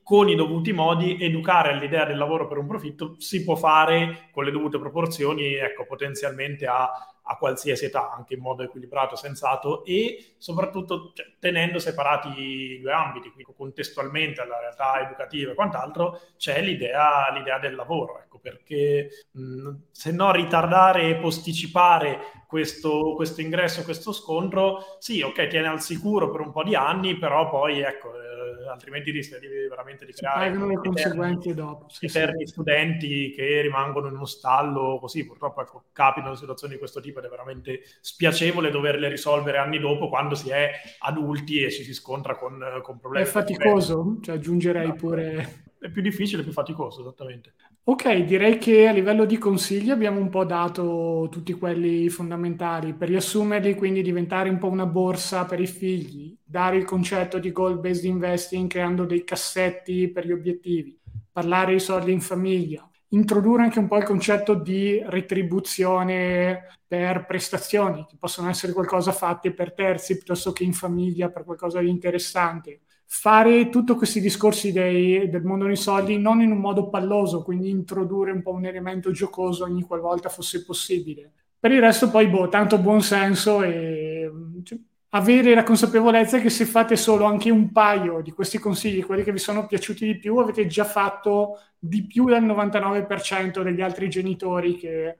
S2: con i dovuti modi, educare all'idea del lavoro per un profitto si può fare con le dovute proporzioni, ecco, potenzialmente a qualsiasi età, anche in modo equilibrato, sensato, e soprattutto tenendo separati i due ambiti, quindi contestualmente alla realtà educativa e quant'altro c'è l'idea del lavoro, ecco, perché se no ritardare e posticipare questo ingresso, questo scontro, sì, ok, tiene al sicuro per un po' di anni, però poi, ecco, altrimenti rischia veramente di creare
S1: le conseguenze dopo.
S2: Eterni studenti che rimangono in uno stallo, così purtroppo, ecco, capitano situazioni di questo tipo ed è veramente spiacevole doverle risolvere anni dopo quando si è adulti e ci si scontra con problemi.
S1: È faticoso, cioè aggiungerei pure...
S2: È più difficile, più faticoso, esattamente.
S1: Ok, direi che a livello di consigli abbiamo un po' dato tutti quelli fondamentali. Per riassumerli, quindi diventare un po' una borsa per i figli, dare il concetto di goal-based investing creando dei cassetti per gli obiettivi, parlare di soldi in famiglia, introdurre anche un po' il concetto di retribuzione per prestazioni, che possono essere qualcosa fatte per terzi piuttosto che in famiglia per qualcosa di interessante. Fare tutti questi discorsi del mondo dei soldi non in un modo palloso, quindi introdurre un po' un elemento giocoso ogni qualvolta fosse possibile. Per il resto poi, tanto buon senso e avere la consapevolezza che se fate solo anche un paio di questi consigli, quelli che vi sono piaciuti di più, avete già fatto di più del 99% degli altri genitori che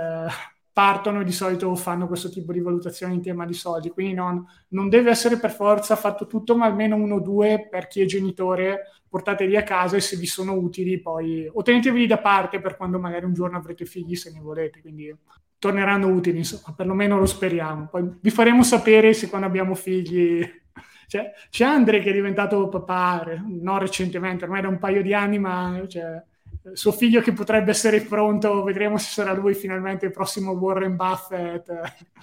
S1: partono e di solito fanno questo tipo di valutazioni in tema di soldi, quindi non deve essere per forza fatto tutto, ma almeno uno o due per chi è genitore portateli a casa e se vi sono utili poi o teneteveli da parte per quando magari un giorno avrete figli se ne volete, quindi torneranno utili, insomma, perlomeno lo speriamo. Poi vi faremo sapere se quando abbiamo figli... c'è Andre che è diventato papà, non recentemente, ormai da un paio di anni, ma suo figlio che potrebbe essere pronto, vedremo se sarà lui finalmente il prossimo Warren Buffett.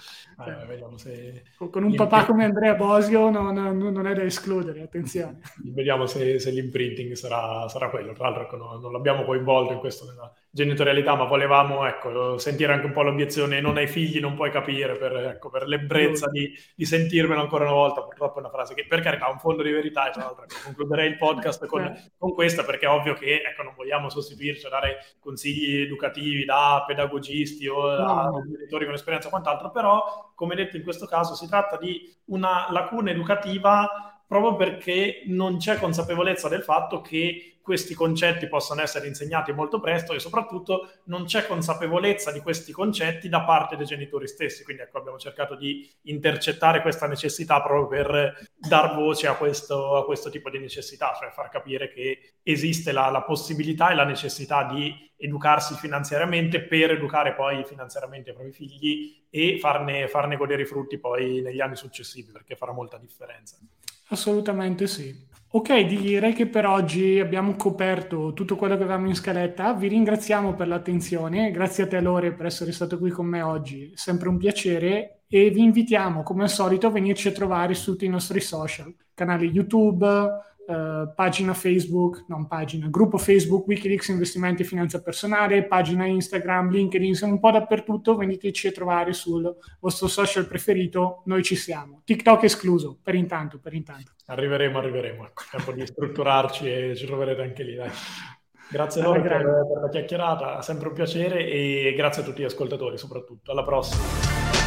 S2: Vediamo se
S1: con un papà come Andrea Bosio non è da escludere, attenzione.
S2: Vediamo se l'imprinting sarà quello. Tra l'altro, ecco, non l'abbiamo coinvolto in questo nella genitorialità, ma volevamo, ecco, sentire anche un po' l'obiezione non hai figli, non puoi capire, per l'ebbrezza di sentirmelo ancora una volta. Purtroppo è una frase che, per carità, ha un fondo di verità, e tra l'altro, ecco, concluderei il podcast con questa, perché è ovvio che, ecco, non vogliamo sostituirci a dare consigli educativi da pedagogisti o da genitori con esperienza o quant'altro, però, come detto in questo caso, si tratta di una lacuna educativa proprio perché non c'è consapevolezza del fatto che questi concetti possano essere insegnati molto presto e soprattutto non c'è consapevolezza di questi concetti da parte dei genitori stessi. Quindi, ecco, abbiamo cercato di intercettare questa necessità proprio per dar voce a questo tipo di necessità, cioè far capire che esiste la possibilità e la necessità di educarsi finanziariamente per educare poi finanziariamente i propri figli e farne godere i frutti poi negli anni successivi, perché farà molta differenza.
S1: Assolutamente sì. Ok, direi che per oggi abbiamo coperto tutto quello che avevamo in scaletta. Vi ringraziamo per l'attenzione, grazie a te Lore per essere stato qui con me oggi, è sempre un piacere e vi invitiamo come al solito a venirci a trovare su tutti i nostri social, canali YouTube, pagina Facebook, gruppo Facebook Wikileaks Investimenti e Finanza Personale, pagina Instagram, LinkedIn, siamo un po' dappertutto, veniteci a trovare sul vostro social preferito, noi ci siamo. TikTok escluso, per intanto.
S2: Arriveremo, ecco, tempo di strutturarci e ci troverete anche lì, dai. Grazie Lore per la chiacchierata, sempre un piacere e grazie a tutti gli ascoltatori soprattutto, alla prossima.